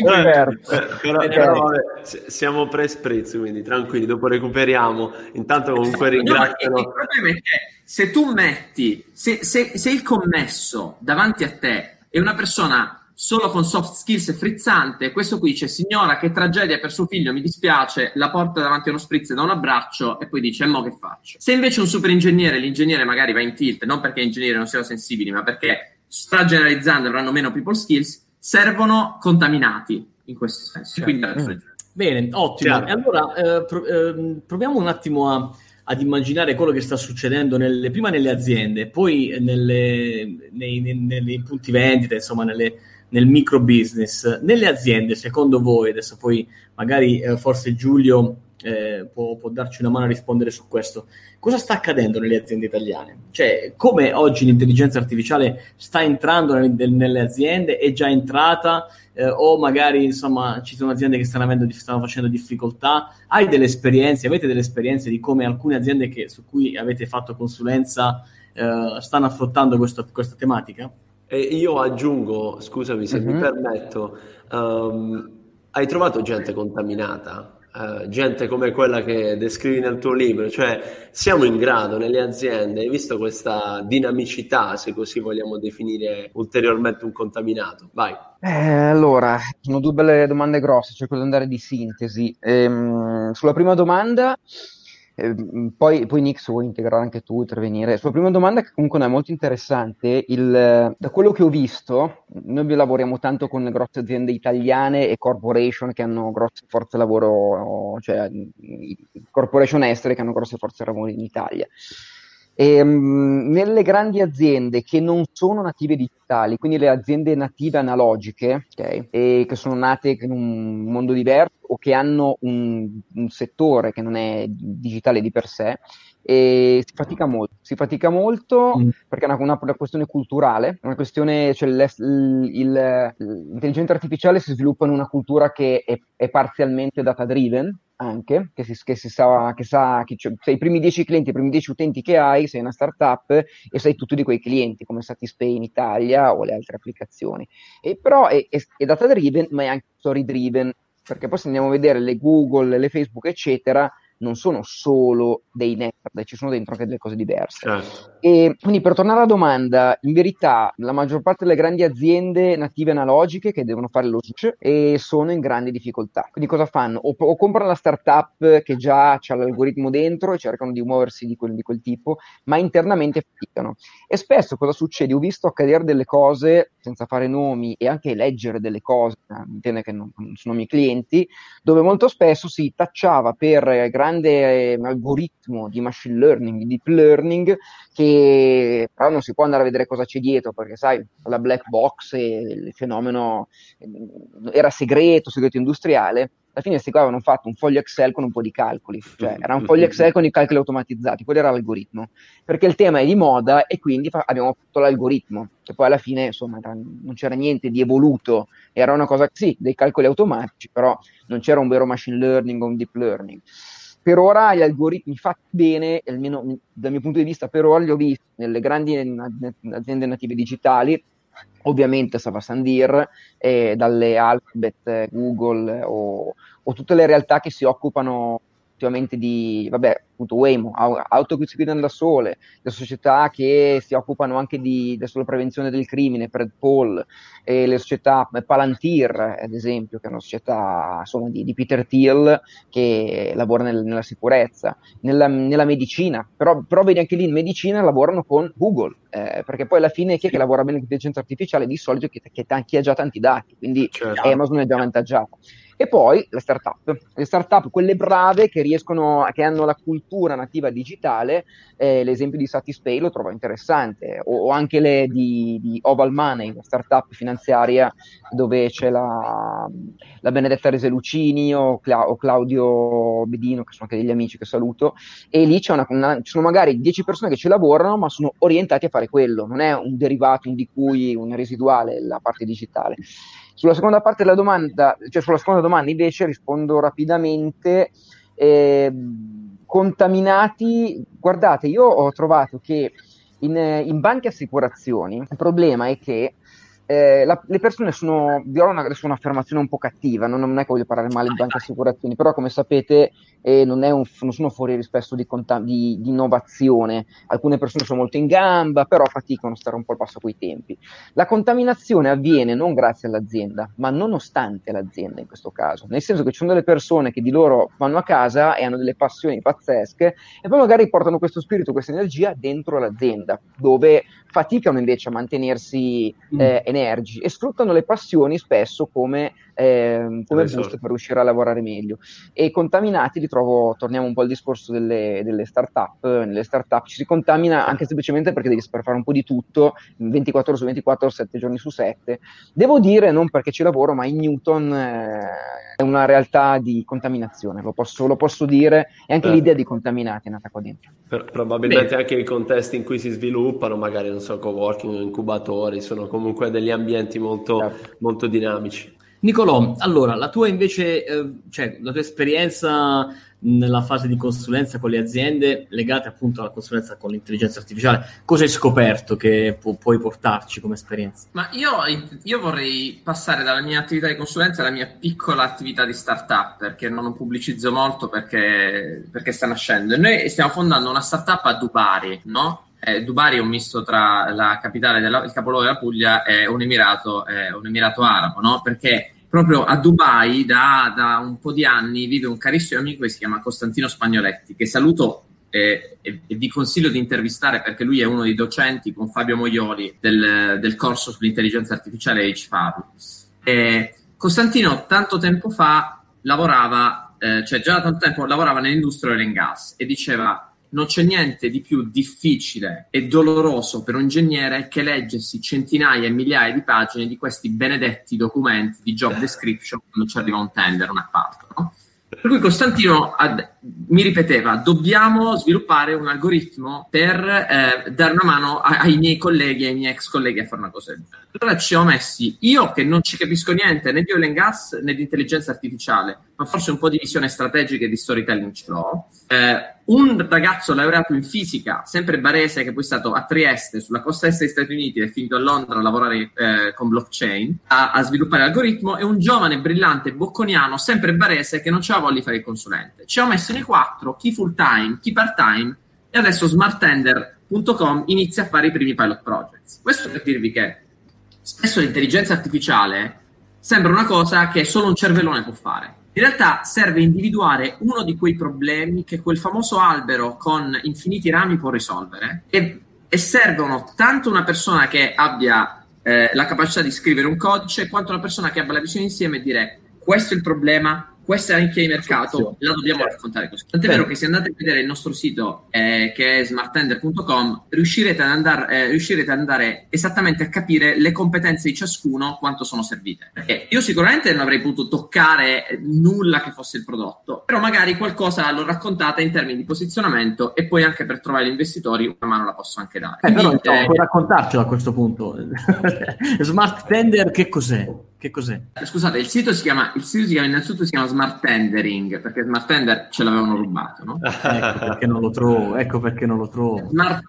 Però siamo pre-spritz, quindi tranquilli, dopo recuperiamo. Intanto comunque ringraziano. Il problema è che se tu metti se il commesso davanti a te è una persona solo con soft skills e frizzante, questo qui dice: signora, che tragedia per suo figlio, mi dispiace, la porta davanti a uno spritz e da un abbraccio, e poi dice: mo che faccio? Se invece un super ingegnere, l'ingegnere magari va in tilt, non perché gli ingegneri non siano sensibili, ma perché, sta generalizzando, avranno meno people skills, servono contaminati in questo senso. Quindi, bene, ottimo. E allora proviamo un attimo ad immaginare quello che sta succedendo prima nelle aziende, poi nei punti vendita, insomma nel micro business. Nelle aziende, secondo voi, adesso poi magari forse Giulio può darci una mano a rispondere su questo, cosa sta accadendo nelle aziende italiane? Cioè, come oggi l'intelligenza artificiale sta entrando nelle aziende, è già entrata, o magari insomma ci sono aziende che stanno facendo difficoltà? Avete delle esperienze di come alcune aziende su cui avete fatto consulenza stanno affrontando questa tematica? E io aggiungo, scusami se mi permetto, hai trovato gente contaminata? Gente come quella che descrivi nel tuo libro? Cioè, siamo in grado nelle aziende, hai visto questa dinamicità, se così vogliamo definire ulteriormente un contaminato? Vai. Allora, sono due belle domande grosse, cerco di andare di sintesi. Sulla prima domanda, poi Nick, se vuoi integrare anche tu, intervenire. Sulla prima domanda, che comunque non è molto interessante, da quello che ho visto, noi lavoriamo tanto con le grosse aziende italiane e corporation che hanno grosse forze lavoro, cioè corporation estere che hanno grosse forze lavoro in Italia. Nelle grandi aziende che non sono native digitali, quindi le aziende native analogiche, okay, e che sono nate in un mondo diverso o che hanno un settore che non è digitale di per sé, e si fatica molto perché è una questione culturale, una questione, cioè l'intelligenza artificiale si sviluppa in una cultura che è parzialmente data driven, anche, che i primi 10 clienti, i primi 10 utenti che hai, sei una startup e sai tutto di quei clienti, come Satispay in Italia o le altre applicazioni. Però è data driven, ma è anche story driven, perché poi se andiamo a vedere le Google, le Facebook, eccetera, non sono solo dei nerd, ci sono dentro anche delle cose diverse. Certo. E quindi, per tornare alla domanda, in verità la maggior parte delle grandi aziende native analogiche che devono fare lo switch e sono in grande difficoltà. Quindi cosa fanno? O comprano la startup che già ha l'algoritmo dentro e cercano di muoversi di quel tipo, ma internamente faticano. E spesso cosa succede? Ho visto accadere delle cose, senza fare nomi, e anche leggere delle cose, intende che non sono miei clienti, dove molto spesso si tacciava per grande algoritmo di machine learning, di deep learning, che però non si può andare a vedere cosa c'è dietro, perché sai, la black box e il fenomeno era segreto industriale. Alla fine questi qua avevano fatto un foglio Excel con un po' di calcoli, cioè era un foglio Excel con i calcoli automatizzati, quello era l'algoritmo, perché il tema è di moda e quindi abbiamo fatto l'algoritmo, che poi alla fine insomma non c'era niente di evoluto, era una cosa, sì, dei calcoli automatici, però non c'era un vero machine learning o un deep learning. Per ora gli algoritmi fatti bene, almeno dal mio punto di vista, per ora li ho visti nelle grandi aziende native digitali, ovviamente Savasandir, dalle Alphabet, Google o tutte le realtà che si occupano ultimamente di, vabbè, appunto Waymo, auto che si guidano da sole, le società che si occupano anche sulla prevenzione del crimine, Predpol, e le società Palantir, ad esempio, che è una società insomma di Peter Thiel che lavora nella sicurezza, nella medicina, però vedi anche lì in medicina lavorano con Google, perché poi alla fine chi è che lavora bene l'intelligenza artificiale? Di solito chi ha già tanti dati, quindi certo. Amazon è già avvantaggiata. E poi le startup, quelle brave che hanno la cultura nativa digitale, l'esempio di Satispay lo trovo interessante, o anche le di Oval Money, la startup finanziaria dove c'è la Benedetta Reselucini o Claudio Bedino, che sono anche degli amici che saluto, e lì ci sono magari 10 persone che ci lavorano, ma sono orientati a fare quello, non è un derivato, un residuale la parte digitale. Sulla seconda parte della domanda, cioè sulla seconda domanda invece rispondo rapidamente. Contaminati, guardate, io ho trovato che in banche e assicurazioni il problema è che le persone dirò adesso un'affermazione un po' cattiva, non è che voglio parlare male di banche e assicurazioni, però come sapete non sono fuori spesso di innovazione. Alcune persone sono molto in gamba, però faticano a stare un po' al passo coi tempi. La contaminazione avviene non grazie all'azienda, ma nonostante l'azienda in questo caso, nel senso che ci sono delle persone che di loro vanno a casa e hanno delle passioni pazzesche e poi magari portano questo spirito, questa energia dentro l'azienda, dove faticano invece a mantenersi energici e sfruttano le passioni spesso come boost per riuscire a lavorare meglio. E contaminati li trovo, torniamo un po' al discorso delle startup. Nelle startup ci si contamina anche semplicemente perché devi saper fare un po' di tutto 24 ore su 24, 7 giorni su 7. Devo dire, non perché ci lavoro, ma in Newton è una realtà di contaminazione, lo posso dire, e anche l'idea di contaminati è nata qua dentro. Probabilmente anche i contesti in cui si sviluppano, magari non so, coworking, incubatori, sono comunque degli ambienti molto, molto dinamici. Nicolò, allora, la tua invece, la tua esperienza nella fase di consulenza con le aziende legate appunto alla consulenza con l'intelligenza artificiale, cosa hai scoperto che puoi portarci come esperienza? Ma io vorrei passare dalla mia attività di consulenza alla mia piccola attività di startup, perché non pubblicizzo molto perché sta nascendo. E noi stiamo fondando una startup a Dubari, no? Dubari è un misto tra la capitale il capoluogo della Puglia e un emirato arabo, no? Perché proprio a Dubai da un po' di anni vive un carissimo amico che si chiama Costantino Spagnoletti, che saluto e vi consiglio di intervistare perché lui è uno dei docenti con Fabio Moioli del corso sull'intelligenza artificiale HFAB. Costantino tanto tempo fa lavorava, già da tanto tempo lavorava nell'industria oil and gas e diceva: non c'è niente di più difficile e doloroso per un ingegnere che leggersi centinaia e migliaia di pagine di questi benedetti documenti di job description quando ci arriva un tender, un appalto, no? Per cui Costantino mi ripeteva: dobbiamo sviluppare un algoritmo per dare una mano ai miei colleghi, ai miei ex colleghi a fare una cosa del genere. Allora ci ho messi, io che non ci capisco niente né di oil and gas né di intelligenza artificiale, ma forse un po' di visione strategica e di storytelling ce l'ho, un ragazzo laureato in fisica, sempre barese, che poi è stato a Trieste, sulla costa est degli Stati Uniti, è finito a Londra a lavorare con blockchain, a sviluppare l'algoritmo, e un giovane brillante bocconiano, sempre barese, che non c'aveva voglia di fare il consulente. Ci ho messo nei 4, chi full time, chi part time, e adesso smartender.com inizia a fare i primi pilot projects. Questo per dirvi che spesso l'intelligenza artificiale sembra una cosa che solo un cervellone può fare. In realtà serve individuare uno di quei problemi che quel famoso albero con infiniti rami può risolvere, e servono tanto una persona che abbia la capacità di scrivere un codice, quanto una persona che abbia la visione insieme e dire: questo è il problema, questa è la nicchia di mercato, la dobbiamo raccontare così. Tant'è vero che se andate a vedere il nostro sito, che è smartender.com, riuscirete ad andare esattamente a capire le competenze di ciascuno, quanto sono servite. Perché io sicuramente non avrei potuto toccare nulla che fosse il prodotto, però magari qualcosa l'ho raccontata in termini di posizionamento, e poi anche per trovare gli investitori una mano la posso anche dare. Però puoi raccontarcelo a questo punto. Smart Tender che cos'è? Che cos'è? Scusate, il sito si chiama innanzitutto Smart Tendering, perché Smart Tender ce l'avevano rubato, no? Ecco perché non lo trovo.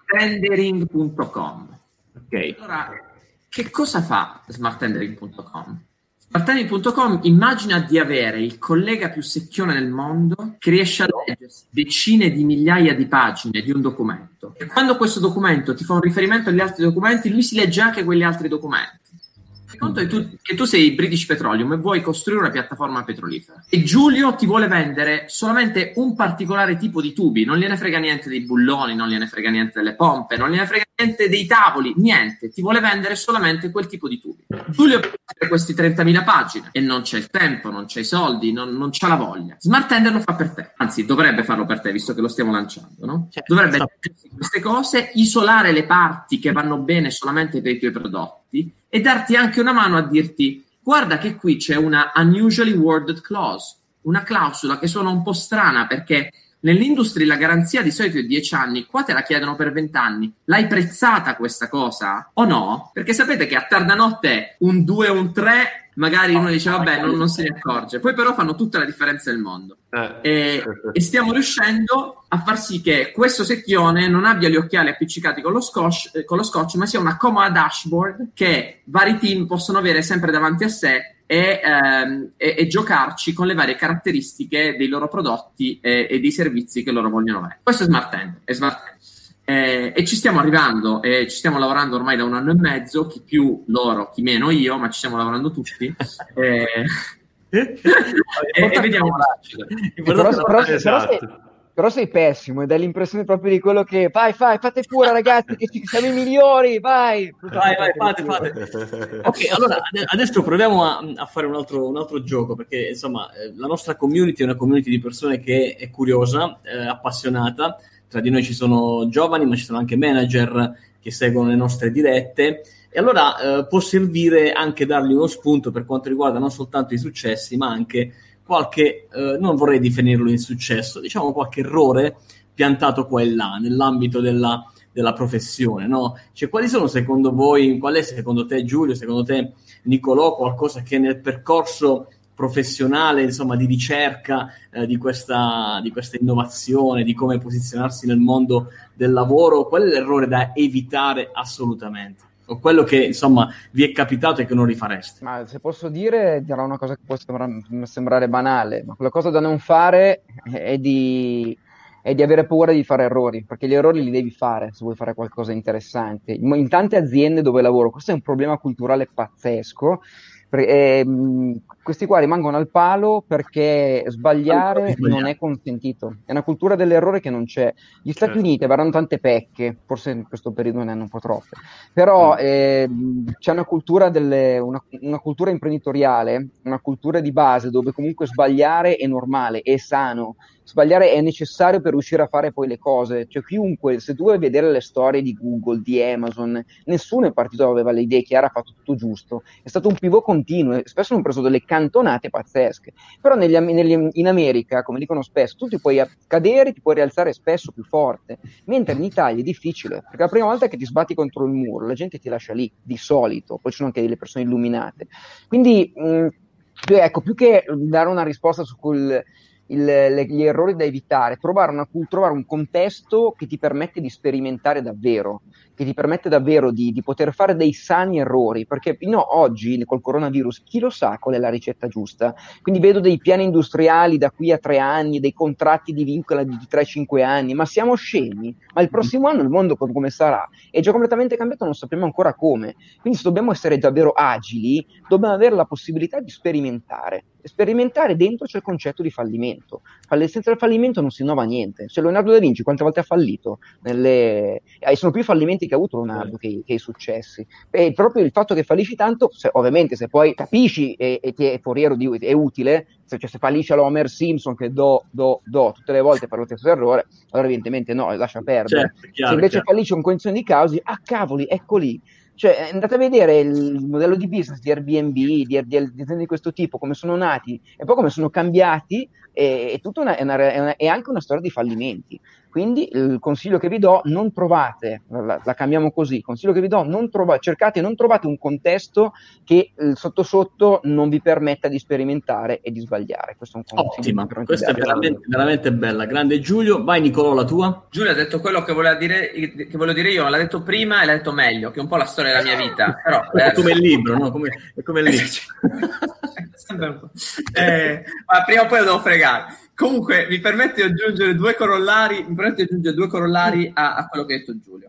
Smarttendering.com. Ok. Allora, che cosa fa smarttendering.com? Smarttendering.com immagina di avere il collega più secchione del mondo che riesce a leggere decine di migliaia di pagine di un documento, e quando questo documento ti fa un riferimento agli altri documenti, lui si legge anche quegli altri documenti. Conto che tu sei British Petroleum e vuoi costruire una piattaforma petrolifera, e Giulio ti vuole vendere solamente un particolare tipo di tubi, non gliene frega niente dei bulloni, non gliene frega niente delle pompe, non gliene frega niente dei tavoli, niente, ti vuole vendere solamente quel tipo di tubi. Giulio per questi 30.000 pagine e non c'è il tempo, non c'è i soldi, non c'ha la voglia. Smart Tender lo fa per te, anzi dovrebbe farlo per te, visto che lo stiamo lanciando, no? Dovrebbe fare queste cose, isolare le parti che vanno bene solamente per i tuoi prodotti, e darti anche una mano a dirti: guarda che qui c'è una unusually worded clause, una clausola che suona un po' strana, perché nell'industria la garanzia di solito è 10 anni, qua te la chiedono per 20 anni. L'hai prezzata questa cosa o no? Perché sapete che a tarda notte un 2 o un 3 magari uno dice vabbè, non se ne accorge, poi però fanno tutta la differenza del mondo. E stiamo riuscendo a far sì che questo secchione non abbia gli occhiali appiccicati con lo scotch, ma sia una comoda dashboard che vari team possono avere sempre davanti a sé e giocarci con le varie caratteristiche dei loro prodotti e dei servizi che loro vogliono avere. Questo è Smart End, e ci stiamo arrivando, e ci stiamo lavorando ormai da 1 anno e mezzo, chi più loro, chi meno io, ma ci stiamo lavorando tutti. E vediamo. Però sei pessimo, e dai l'impressione proprio di quello che fate pure ragazzi, che siamo i migliori, vai, fate. Ok, allora adesso proviamo a fare un altro gioco, perché insomma la nostra community è una community di persone che è curiosa, appassionata. Tra di noi ci sono giovani, ma ci sono anche manager che seguono le nostre dirette, e allora può servire anche dargli uno spunto per quanto riguarda non soltanto i successi, ma anche qualche, non vorrei definirlo insuccesso, diciamo qualche errore piantato qua e là nell'ambito della professione, no? Cioè, qual è secondo te Giulio, secondo te Nicolò, qualcosa che nel percorso professionale, insomma, di ricerca di questa innovazione, di come posizionarsi nel mondo del lavoro, qual è l'errore da evitare assolutamente? O quello che, insomma, vi è capitato e che non rifareste? Ma se posso dirò una cosa che può sembrare banale, ma quella cosa da non fare è di avere paura di fare errori, perché gli errori li devi fare se vuoi fare qualcosa di interessante. In tante aziende dove lavoro, questo è un problema culturale pazzesco, questi qua rimangono al palo perché sbagliare non è consentito, è una cultura dell'errore che non c'è. Gli Stati Uniti avranno tante pecche, forse in questo periodo ne hanno un po' troppe, però c'è una cultura una cultura imprenditoriale, una cultura di base dove comunque sbagliare è normale, è sano, sbagliare è necessario per riuscire a fare poi le cose. Cioè chiunque, se tu vuoi vedere le storie di Google, di Amazon, nessuno è partito, aveva le idee chiare, ha fatto tutto giusto, è stato un pivot continuo, e spesso hanno preso delle cantonate pazzesche, però in America, come dicono spesso, tu ti puoi cadere, ti puoi rialzare spesso più forte, mentre in Italia è difficile, perché la prima volta che ti sbatti contro il muro, la gente ti lascia lì, di solito, poi ci sono anche delle persone illuminate, quindi ecco, più che dare una risposta su gli errori da evitare, trovare un contesto che ti permette di sperimentare davvero, che ti permette davvero di poter fare dei sani errori, perché oggi col coronavirus chi lo sa qual è la ricetta giusta? Quindi vedo dei piani industriali da qui a 3 anni, dei contratti di vincolo di 3-5 anni, ma siamo scemi? Ma il prossimo anno il mondo come sarà? È già completamente cambiato, non sappiamo ancora come. Quindi se dobbiamo essere davvero agili, dobbiamo avere la possibilità di sperimentare. Sperimentare dentro c'è il concetto di fallimento. Senza il fallimento non si innova niente. Cioè Leonardo da Vinci quante volte ha fallito? Sono più i fallimenti che ha avuto Leonardo che i successi. E proprio il fatto che fallisci tanto, ovviamente se poi capisci e ti è foriero è utile, se fallisce l'Homer Simpson che tutte le volte per lo stesso errore, allora evidentemente no, lascia perdere. Certo, se invece fallisce un condizione di causi, cavoli, ecco lì. Cioè, andate a vedere il modello di business di Airbnb, di aziende di questo tipo, come sono nati e poi come sono cambiati, è anche una storia di fallimenti. Quindi il consiglio che vi do, non trovate, la cambiamo così, il consiglio che vi do, non trovate un contesto che sotto sotto non vi permetta di sperimentare e di sbagliare. Questo è un consiglio. Ottima, questa è veramente bella. Grande Giulio, vai Nicolò, la tua? Giulio ha detto quello che volevo dire io, l'ha detto prima e l'ha detto meglio, che è un po' la storia della mia vita. Però, è come il libro, no? È come il libro. Ma prima o poi lo devo fregare. Comunque mi permette di aggiungere due corollari a quello che ha detto Giulio.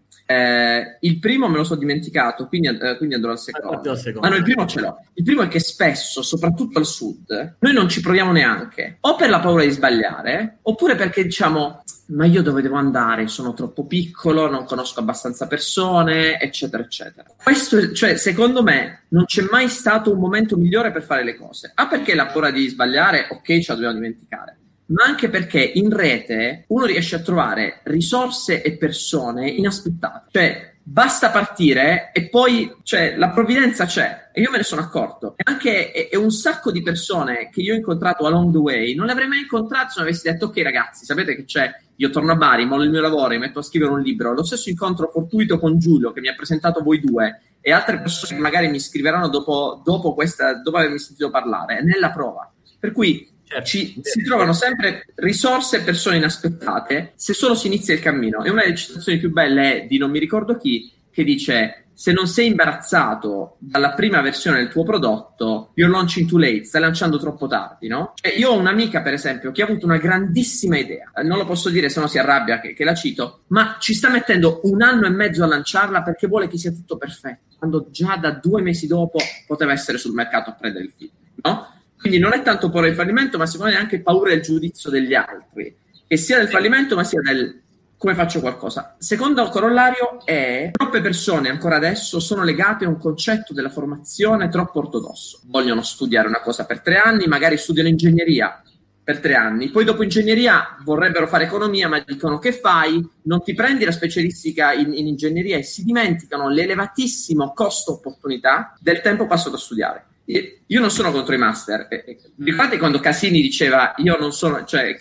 Il primo me lo sono dimenticato, quindi andrò al secondo. Ma no, il primo ce l'ho. Il primo è che spesso, soprattutto al sud, noi non ci proviamo neanche, o per la paura di sbagliare, oppure perché diciamo ma io dove devo andare? Sono troppo piccolo, non conosco abbastanza persone, eccetera, eccetera. Questo, cioè, secondo me, non c'è mai stato un momento migliore per fare le cose. Perché la paura di sbagliare, ok, ce la dobbiamo dimenticare, ma anche perché in rete uno riesce a trovare risorse e persone inaspettate. Cioè, basta partire e poi, cioè, la provvidenza c'è e io me ne sono accorto. E anche un sacco di persone che io ho incontrato along the way non le avrei mai incontrate se non avessi detto ok ragazzi, sapete che c'è? Io torno a Bari, mollo il mio lavoro, mi metto a scrivere un libro. Lo stesso incontro fortuito con Giulio che mi ha presentato voi due e altre persone che magari mi scriveranno dopo avermi sentito parlare, è nella prova. Per cui si trovano sempre risorse e persone inaspettate se solo si inizia il cammino. E una delle citazioni più belle è di non mi ricordo chi, che dice se non sei imbarazzato dalla prima versione del tuo prodotto, you're launching too late, stai lanciando troppo tardi, no? E io ho un'amica per esempio che ha avuto una grandissima idea, non lo posso dire se no si arrabbia che la cito, ma ci sta mettendo 1 anno e mezzo a lanciarla perché vuole che sia tutto perfetto, quando già da 2 mesi dopo poteva essere sul mercato a prendere il feedback, no? Quindi non è tanto paura del fallimento, ma secondo me è anche paura del giudizio degli altri, che sia del fallimento, ma sia del come faccio qualcosa. Secondo corollario è troppe persone ancora adesso sono legate a un concetto della formazione troppo ortodosso. Vogliono studiare una cosa per 3 anni, magari studiano ingegneria per 3 anni, poi dopo ingegneria vorrebbero fare economia, ma dicono che fai? Non ti prendi la specialistica in ingegneria e si dimenticano l'elevatissimo costo opportunità del tempo passato a studiare. Io non sono contro i master. Ricordate quando Casini diceva io sono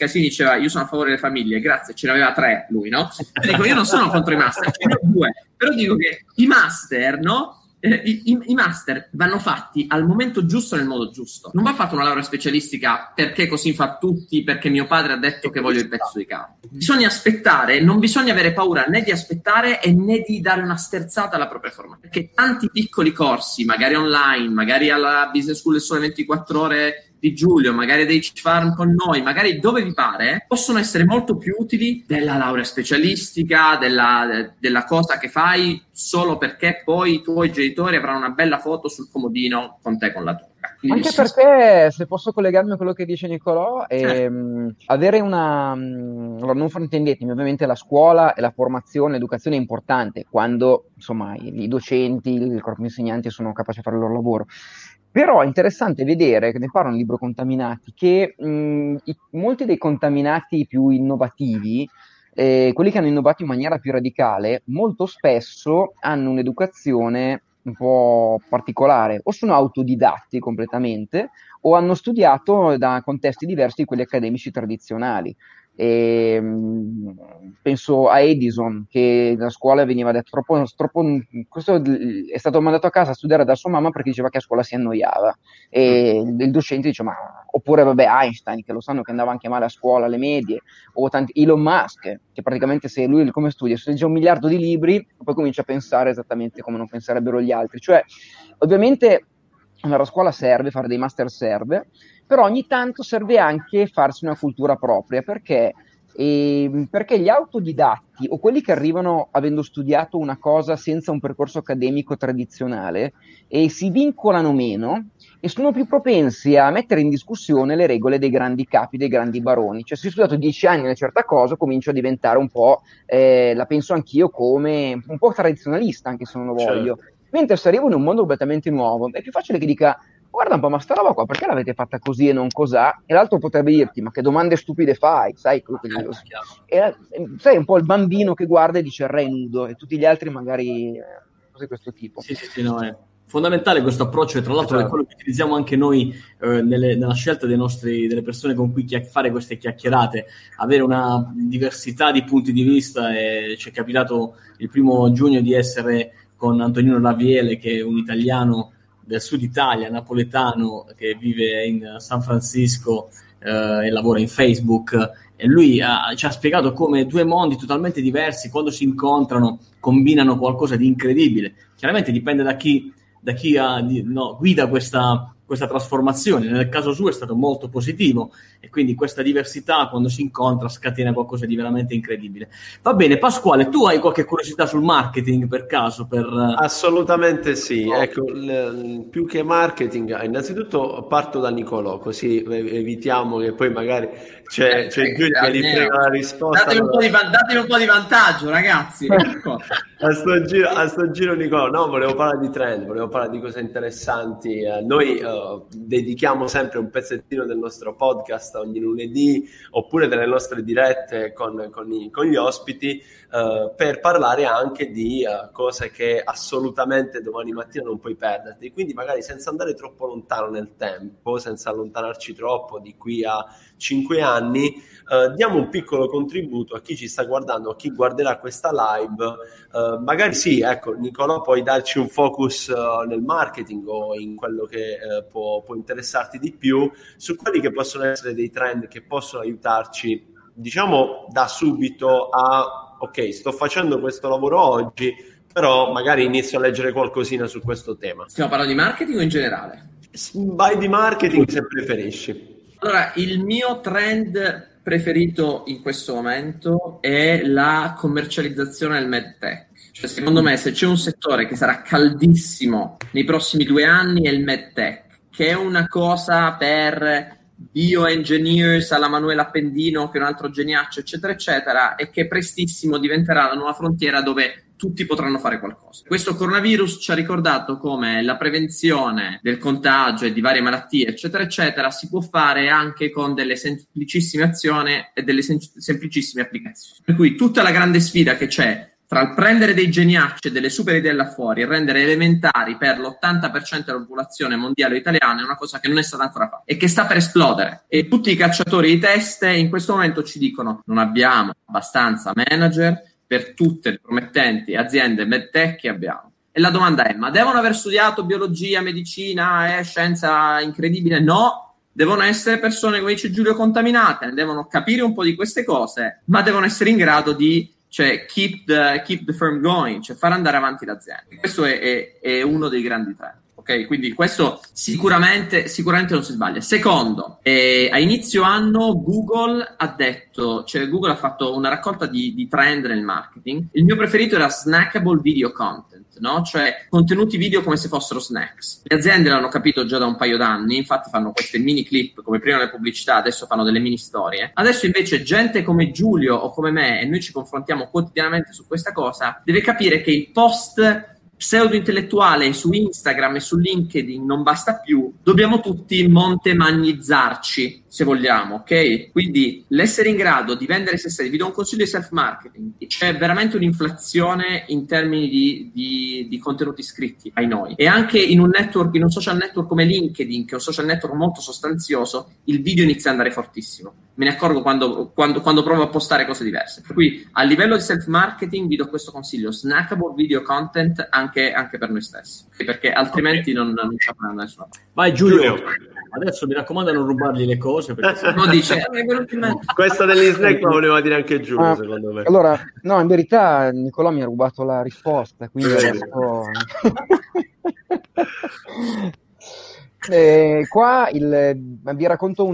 a favore delle famiglie, grazie, ce n'aveva 3 lui, no? Dico io non sono contro i master, ce ne ho 2, però dico che i master, no? I master vanno fatti al momento giusto nel modo giusto. Non va fatta una laurea specialistica perché così fa tutti, perché mio padre ha detto che voglio il pezzo di carne. Bisogna aspettare, non bisogna avere paura né di aspettare e né di dare una sterzata alla propria formazione, perché tanti piccoli corsi, magari online, magari alla Business School del Sole 24 Ore di Giulio, magari dei Farm con noi, magari dove vi pare, possono essere molto più utili della laurea specialistica, della cosa che fai solo perché poi i tuoi genitori avranno una bella foto sul comodino con te con la tocca. Anche perché, se posso collegarmi a quello che dice Nicolò, avere allora non fraintendetemi, ovviamente la scuola e la formazione, l'educazione è importante quando insomma i docenti, il corpo insegnanti sono capaci di fare il loro lavoro. Però è interessante vedere, che ne parla un libro Contaminati, che molti dei contaminati più innovativi, quelli che hanno innovato in maniera più radicale, molto spesso hanno un'educazione un po' particolare, o sono autodidatti completamente, o hanno studiato da contesti diversi di quelli accademici tradizionali. Penso a Edison, che da scuola veniva detto questo è stato mandato a casa a studiare da sua mamma perché diceva che a scuola si annoiava, e il docente dice oppure vabbè Einstein, che lo sanno che andava anche male a scuola alle medie, o Elon Musk, che praticamente se lui come studia legge 1 miliardo di libri e poi comincia a pensare esattamente come non penserebbero gli altri. Cioè, ovviamente andare a scuola serve, fare dei master serve, però ogni tanto serve anche farsi una cultura propria, perché gli autodidatti o quelli che arrivano avendo studiato una cosa senza un percorso accademico tradizionale si vincolano meno e sono più propensi a mettere in discussione le regole dei grandi capi, dei grandi baroni. Cioè, se ho studiato 10 anni una certa cosa, comincio a diventare un po', la penso anch'io come un po' tradizionalista, anche se non lo voglio. Certo. Mentre se arrivo in un mondo completamente nuovo, è più facile che dica: guarda un po', ma sta roba qua, perché l'avete fatta così e non cos'ha? E l'altro potrebbe dirti: ma che domande stupide fai, sai? Sai, un po' il bambino che guarda e dice: il re è nudo, e tutti gli altri magari cose di questo tipo. Sì, no, è fondamentale questo approccio, e tra l'altro è quello che utilizziamo anche noi nella scelta delle persone con cui fare queste chiacchierate, avere una diversità di punti di vista. E ci è capitato il 1 giugno di essere con Antonino Laviele, che è un italiano del sud Italia, napoletano, che vive in San Francisco e lavora in Facebook, e lui ci ha spiegato come 2 mondi totalmente diversi, quando si incontrano, combinano qualcosa di incredibile. Chiaramente dipende da chi guida questa trasformazione. Nel caso suo è stato molto positivo, e quindi questa diversità, quando si incontra, scatena qualcosa di veramente incredibile. Va bene, Pasquale, tu hai qualche curiosità sul marketing per caso? Assolutamente sì. Ecco, più che marketing, innanzitutto parto da Nicolò, così evitiamo che poi magari c'è Giulio che gli frega la risposta. Datemi un po' di vantaggio, ragazzi. A sto giro Nicolò, no, volevo parlare di trend, volevo parlare di cose interessanti. Noi dedichiamo sempre un pezzettino del nostro podcast ogni lunedì, oppure delle nostre dirette con gli ospiti, per parlare anche di cose che assolutamente domani mattina non puoi perderti. Quindi magari senza andare troppo lontano nel tempo, senza allontanarci troppo di qui a 5 anni, diamo un piccolo contributo a chi ci sta guardando, a chi guarderà questa live. Magari sì, ecco, Nicolò, puoi darci un focus nel marketing o in quello che può interessarti di più, su quelli che possono essere dei trend che possono aiutarci, diciamo, da subito a: ok, sto facendo questo lavoro oggi, però magari inizio a leggere qualcosina su questo tema. Stiamo parlando di marketing o in generale? Vai di marketing se preferisci. Allora, il mio trend preferito in questo momento è la commercializzazione del medtech. Cioè, secondo me, se c'è un settore che sarà caldissimo nei prossimi 2 anni, è il medtech, che è una cosa per bioengineers alla Manuela Appendino, che è un altro geniaccio, eccetera, eccetera, e che prestissimo diventerà la nuova frontiera dove tutti potranno fare qualcosa. Questo coronavirus ci ha ricordato come la prevenzione del contagio e di varie malattie, eccetera, eccetera, si può fare anche con delle semplicissime azioni e delle semplicissime applicazioni. Per cui tutta la grande sfida che c'è tra il prendere dei geniacci e delle super idee là fuori e rendere elementari per l'80% della popolazione mondiale italiana è una cosa che non è stata ancora fatta e che sta per esplodere. E tutti i cacciatori di teste in questo momento ci dicono: non abbiamo abbastanza manager per tutte le promettenti aziende medtech che abbiamo. E la domanda è: ma devono aver studiato biologia, medicina e scienza incredibile? No, devono essere persone, come dice Giulio, contaminate, devono capire un po' di queste cose, ma devono essere in grado di keep the firm going, cioè far andare avanti l'azienda. Questo è uno dei grandi trend. Ok, quindi questo sicuramente non si sbaglia. Secondo, a inizio anno Google ha detto, cioè Google ha fatto una raccolta di trend nel marketing. Il mio preferito era snackable video content, no? Cioè contenuti video come se fossero snacks. Le aziende l'hanno capito già da un paio d'anni, infatti fanno queste mini clip come prima le pubblicità, adesso fanno delle mini storie. Adesso invece gente come Giulio o come me, e noi ci confrontiamo quotidianamente su questa cosa, deve capire che il post pseudo-intellettuale su Instagram e su LinkedIn non basta più, dobbiamo tutti montemagnizzarci, se vogliamo, ok? Quindi l'essere in grado di vendere se stessi, vi do un consiglio di self-marketing, c'è veramente un'inflazione in termini di contenuti scritti ai noi, e anche in un network, in un social network come LinkedIn, che è un social network molto sostanzioso, il video inizia ad andare fortissimo. Me ne accorgo quando provo a postare cose diverse. Per cui a livello di self-marketing vi do questo consiglio: snackable video content anche per noi stessi, perché altrimenti non ci andare da nessuna parte. Vai Giulio. Adesso mi raccomando non rubargli le cose, perché non dice questo degli snack lo voleva dire anche Giulio, secondo me. Allora, no, in verità Nicolò mi ha rubato la risposta, quindi adesso qua vi racconto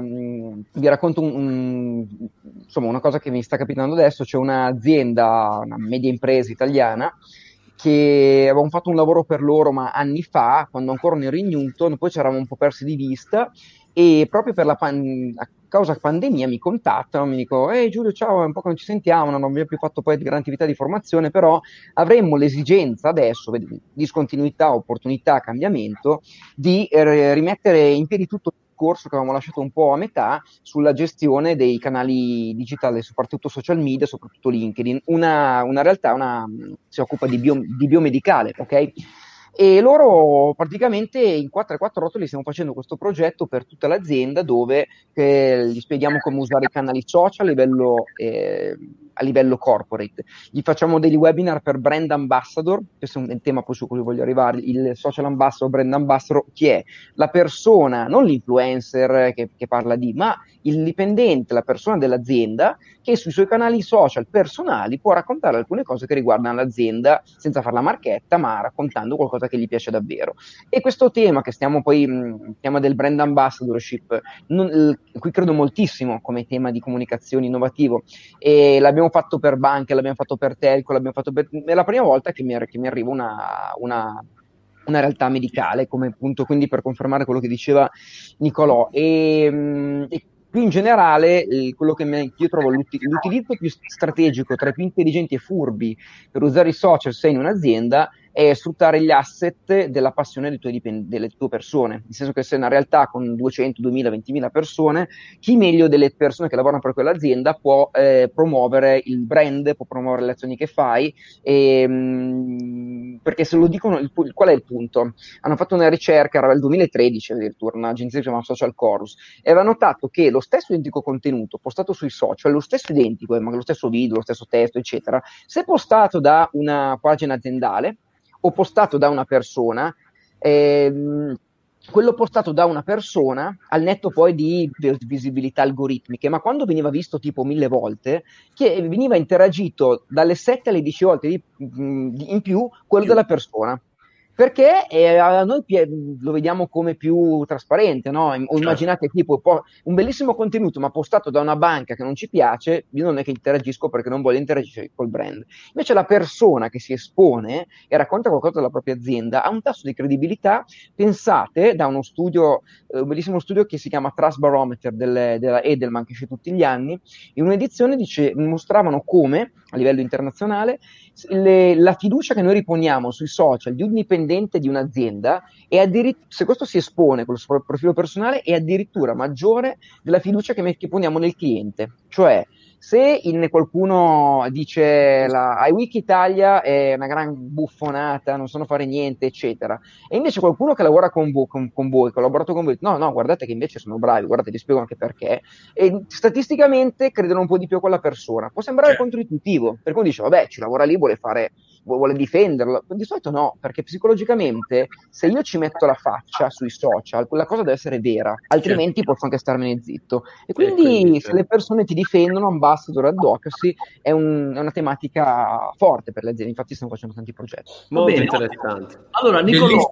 una cosa che mi sta capitando adesso. C'è un'azienda, una media impresa italiana, che avevamo fatto un lavoro per loro ma anni fa, quando ancora non ero in Newton, poi ci eravamo un po' persi di vista, e proprio per a causa pandemia mi contattano, mi dicono: Giulio, ciao, è un po' che non ci sentiamo, non abbiamo più fatto poi grandi attività di formazione, però avremmo l'esigenza adesso, discontinuità, opportunità, cambiamento, di rimettere in piedi tutto il corso che avevamo lasciato un po' a metà sulla gestione dei canali digitali, soprattutto social media, soprattutto LinkedIn. Una realtà si occupa di biomedicale, ok? E loro praticamente in 448 stiamo facendo questo progetto per tutta l'azienda, dove gli spieghiamo come usare i canali social a livello corporate. Gli facciamo degli webinar per brand ambassador, questo è un tema poi su cui voglio arrivare. Il social ambassador, brand ambassador, chi è? La persona, non l'influencer che parla ma il dipendente, la persona dell'azienda, che sui suoi canali social personali può raccontare alcune cose che riguardano l'azienda senza fare la marchetta, ma raccontando qualcosa che gli piace davvero. E questo tema che il tema del brand ambassadorship, qui credo moltissimo come tema di comunicazione innovativo, e l'abbiamo fatto per banche, l'abbiamo fatto per telco, è la prima volta che mi arriva una realtà medicale, come appunto, quindi per confermare quello che diceva Nicolò. E più in generale, quello che io trovo l'utilizzo più strategico, tra i più intelligenti e furbi per usare i social se in un'azienda, è sfruttare gli asset della passione delle tue persone, nel senso che se una realtà con 200, 2000, 20.000 persone, chi meglio delle persone che lavorano per quell'azienda può promuovere il brand, può promuovere le azioni che fai, perché se lo dicono, qual è il punto? Hanno fatto una ricerca, era il 2013 addirittura, un'agenzia che si chiama Social Chorus, e aveva notato che lo stesso identico contenuto postato sui social, lo stesso identico, ma lo stesso video, lo stesso testo, eccetera, se postato da una pagina aziendale o postato da una persona, quello postato da una persona, al netto poi di visibilità algoritmiche, ma quando veniva visto tipo 1000 volte, che veniva interagito dalle 7 alle 10 volte in più quello della persona. Perché a noi lo vediamo come più trasparente, no? Immaginate tipo un bellissimo contenuto ma postato da una banca che non ci piace, io non è che interagisco perché non voglio interagire col brand. Invece la persona che si espone e racconta qualcosa della propria azienda ha un tasso di credibilità, pensate, da uno studio, un bellissimo studio che si chiama Trust Barometer della Edelman, che esce tutti gli anni. In un'edizione mostravano come a livello internazionale la fiducia che noi riponiamo sui social di un dipendente di un'azienda se questo si espone con il suo profilo personale, è addirittura maggiore della fiducia che poniamo nel cliente. Cioè, se qualcuno dice iWiki Italia è una gran buffonata, non sanno fare niente, eccetera, e invece qualcuno che lavora con voi, collaborato con voi, no, guardate che invece sono bravi, guardate, vi spiego anche perché, e statisticamente credono un po' di più a quella persona. Può sembrare controintuitivo, perché uno dice, vabbè, ci lavora lì, vuole difenderlo. Di solito no, perché psicologicamente se io ci metto la faccia sui social, quella cosa deve essere vera, altrimenti posso anche starmene zitto. E quindi se le persone ti difendono, ambassador, advocacy, è una tematica forte per le aziende. Infatti stiamo facendo tanti progetti. Molto interessante. Allora, Nicolò,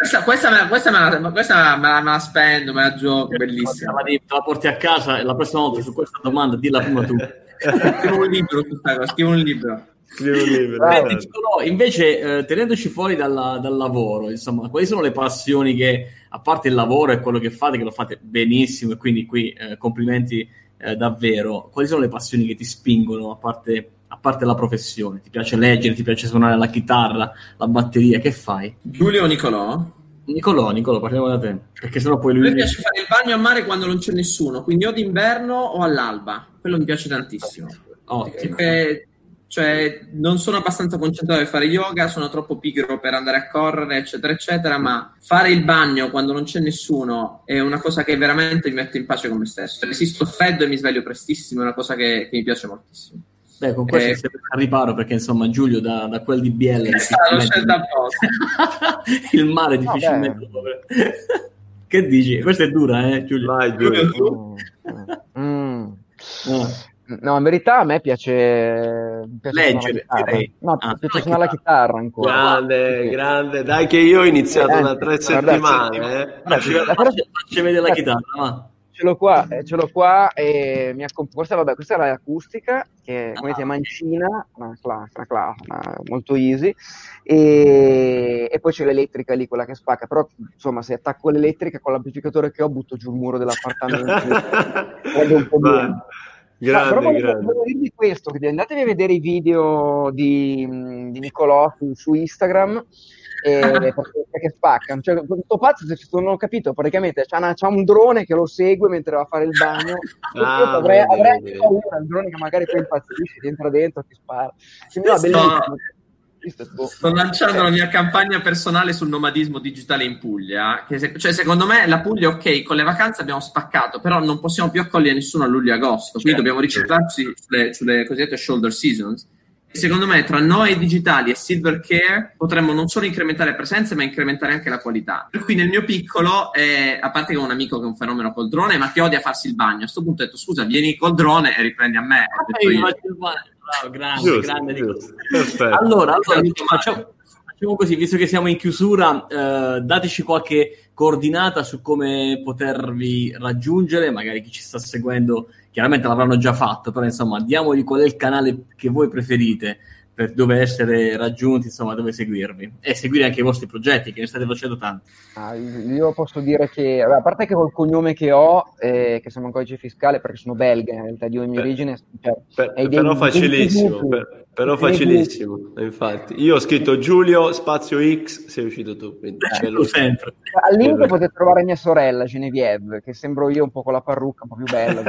questa me la spendo, me la gioco, bellissima. Te la porti a casa e la prossima volta su questa domanda dilla prima tu. Scrivo un libro. Nicolò, invece, tenendoci fuori dal lavoro, insomma, quali sono le passioni che, a parte il lavoro e quello che lo fate benissimo, e quindi qui complimenti davvero, quali sono le passioni che ti spingono, a parte A parte la professione, ti piace leggere, ti piace suonare la chitarra, la batteria, che fai? Giulio o Nicolò? Nicolò, parliamo da te, perché sennò poi lui... A me piace fare il bagno a mare quando non c'è nessuno, quindi o d'inverno o all'alba, quello mi piace tantissimo. Ottimo. Cioè, non sono abbastanza concentrato per fare yoga, sono troppo pigro per andare a correre, eccetera, eccetera, ma fare il bagno quando non c'è nessuno è una cosa che veramente mi mette in pace con me stesso. Resisto al freddo e mi sveglio prestissimo, è una cosa che mi piace moltissimo. Beh, con questo si è al riparo, perché insomma Giulio da quel di Biella il mare difficilmente che dici? Questa è dura, Giulio? Vai, Giulio. No, in verità a me piace leggere, direi. No, piace suonare la chitarra ancora. Grande, dai che io ho iniziato da 3 settimane. Facci vedere la chitarra, ma. Ce l'ho qua e mi ha composta, questa era l'acustica, che come si chiama, mancina, una molto easy, e poi c'è l'elettrica lì, quella che spacca, però insomma se attacco l'elettrica con l'amplificatore che ho butto giù il muro dell'appartamento. Un po' però volevo dirvi questo, che andatevi a vedere i video di Nicolò su Instagram, perché spaccano, cioè questo pazzo, se non ho capito, praticamente c'ha un drone che lo segue mentre va a fare il bagno. Io avrei anche paura, il drone che magari poi impazzisce, ti entra dentro, ti spara. Quindi, bellissimo. Sto lanciando la mia campagna personale sul nomadismo digitale in Puglia, cioè secondo me la Puglia, ok, con le vacanze abbiamo spaccato, però non possiamo più accogliere nessuno a luglio e agosto, quindi dobbiamo ricentrarci sulle cosiddette shoulder seasons. Secondo me tra noi digitali e Silver Care potremmo non solo incrementare presenze ma incrementare anche la qualità. Per cui nel mio piccolo, a parte che ho un amico che è un fenomeno col drone ma che odia farsi il bagno, a questo punto ho detto scusa, vieni col drone e riprendi a me. Grande. Allora facciamo così, visto che siamo in chiusura, dateci qualche coordinata su come potervi raggiungere, magari chi ci sta seguendo chiaramente l'avranno già fatto, però insomma diamogli qual è il canale che voi preferite per dove essere raggiunti, insomma dove seguirvi e seguire anche i vostri progetti, che ne state facendo tanti. Io posso dire che, a parte che col cognome che ho, che siamo in codice fiscale perché sono belga, in realtà io in mia origine, però facilissimo, infatti. Io ho scritto Giulio spazio X, sei uscito tu, quindi sempre. Al link potete trovare mia sorella Genevieve, che sembro io un po' con la parrucca, un po' più bella.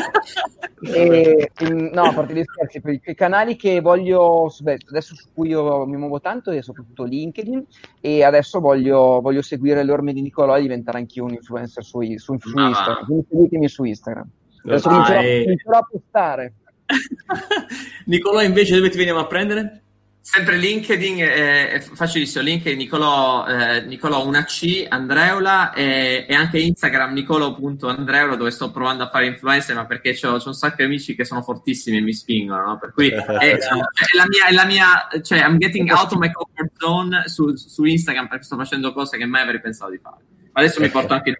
No, a parte gli scherzi, per i canali che voglio, adesso su cui io mi muovo tanto è soprattutto LinkedIn, e adesso voglio seguire le orme di Nicolò e diventare anch'io un influencer su Instagram. Quindi seguitemi su Instagram. Adesso comincerò a postare. Nicolò invece dove ti veniamo a prendere? Sempre LinkedIn, è facilissimo, LinkedIn Nicolò 1C Andreola, e anche Instagram Nicolo.Andreola, dove sto provando a fare influencer, ma perché c'ho un sacco di amici che sono fortissimi e mi spingono, no? Per cui è la mia, cioè I'm getting out of my comfort zone su Instagram, perché sto facendo cose che mai avrei pensato di fare. Adesso mi porto anche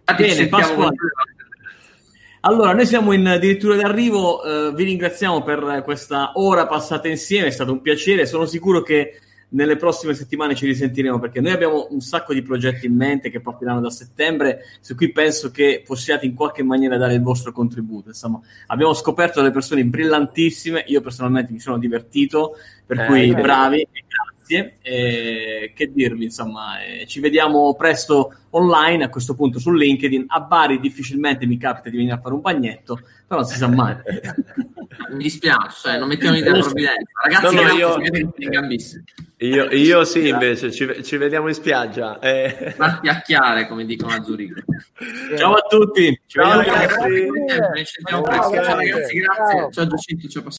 Allora, noi siamo addirittura d'arrivo, vi ringraziamo per questa ora passata insieme, è stato un piacere, sono sicuro che nelle prossime settimane ci risentiremo, perché noi abbiamo un sacco di progetti in mente che partiranno da settembre, su cui penso che possiate in qualche maniera dare il vostro contributo. Insomma, abbiamo scoperto delle persone brillantissime, io personalmente mi sono divertito, per cui bravi e grazie. Che dirvi, insomma, ci vediamo presto online, a questo punto su LinkedIn. A Bari difficilmente mi capita di venire a fare un bagnetto, però non si sa mai. Mi dispiace, non mettiamo in provvidenza, ragazzi. Io sì, invece ci vediamo in spiaggia, a chiacchiare, come dicono a Zurigo. Ciao a tutti, ciao ragazzi, ciao ragazzi, grazie, ciao Giacinto, ciao.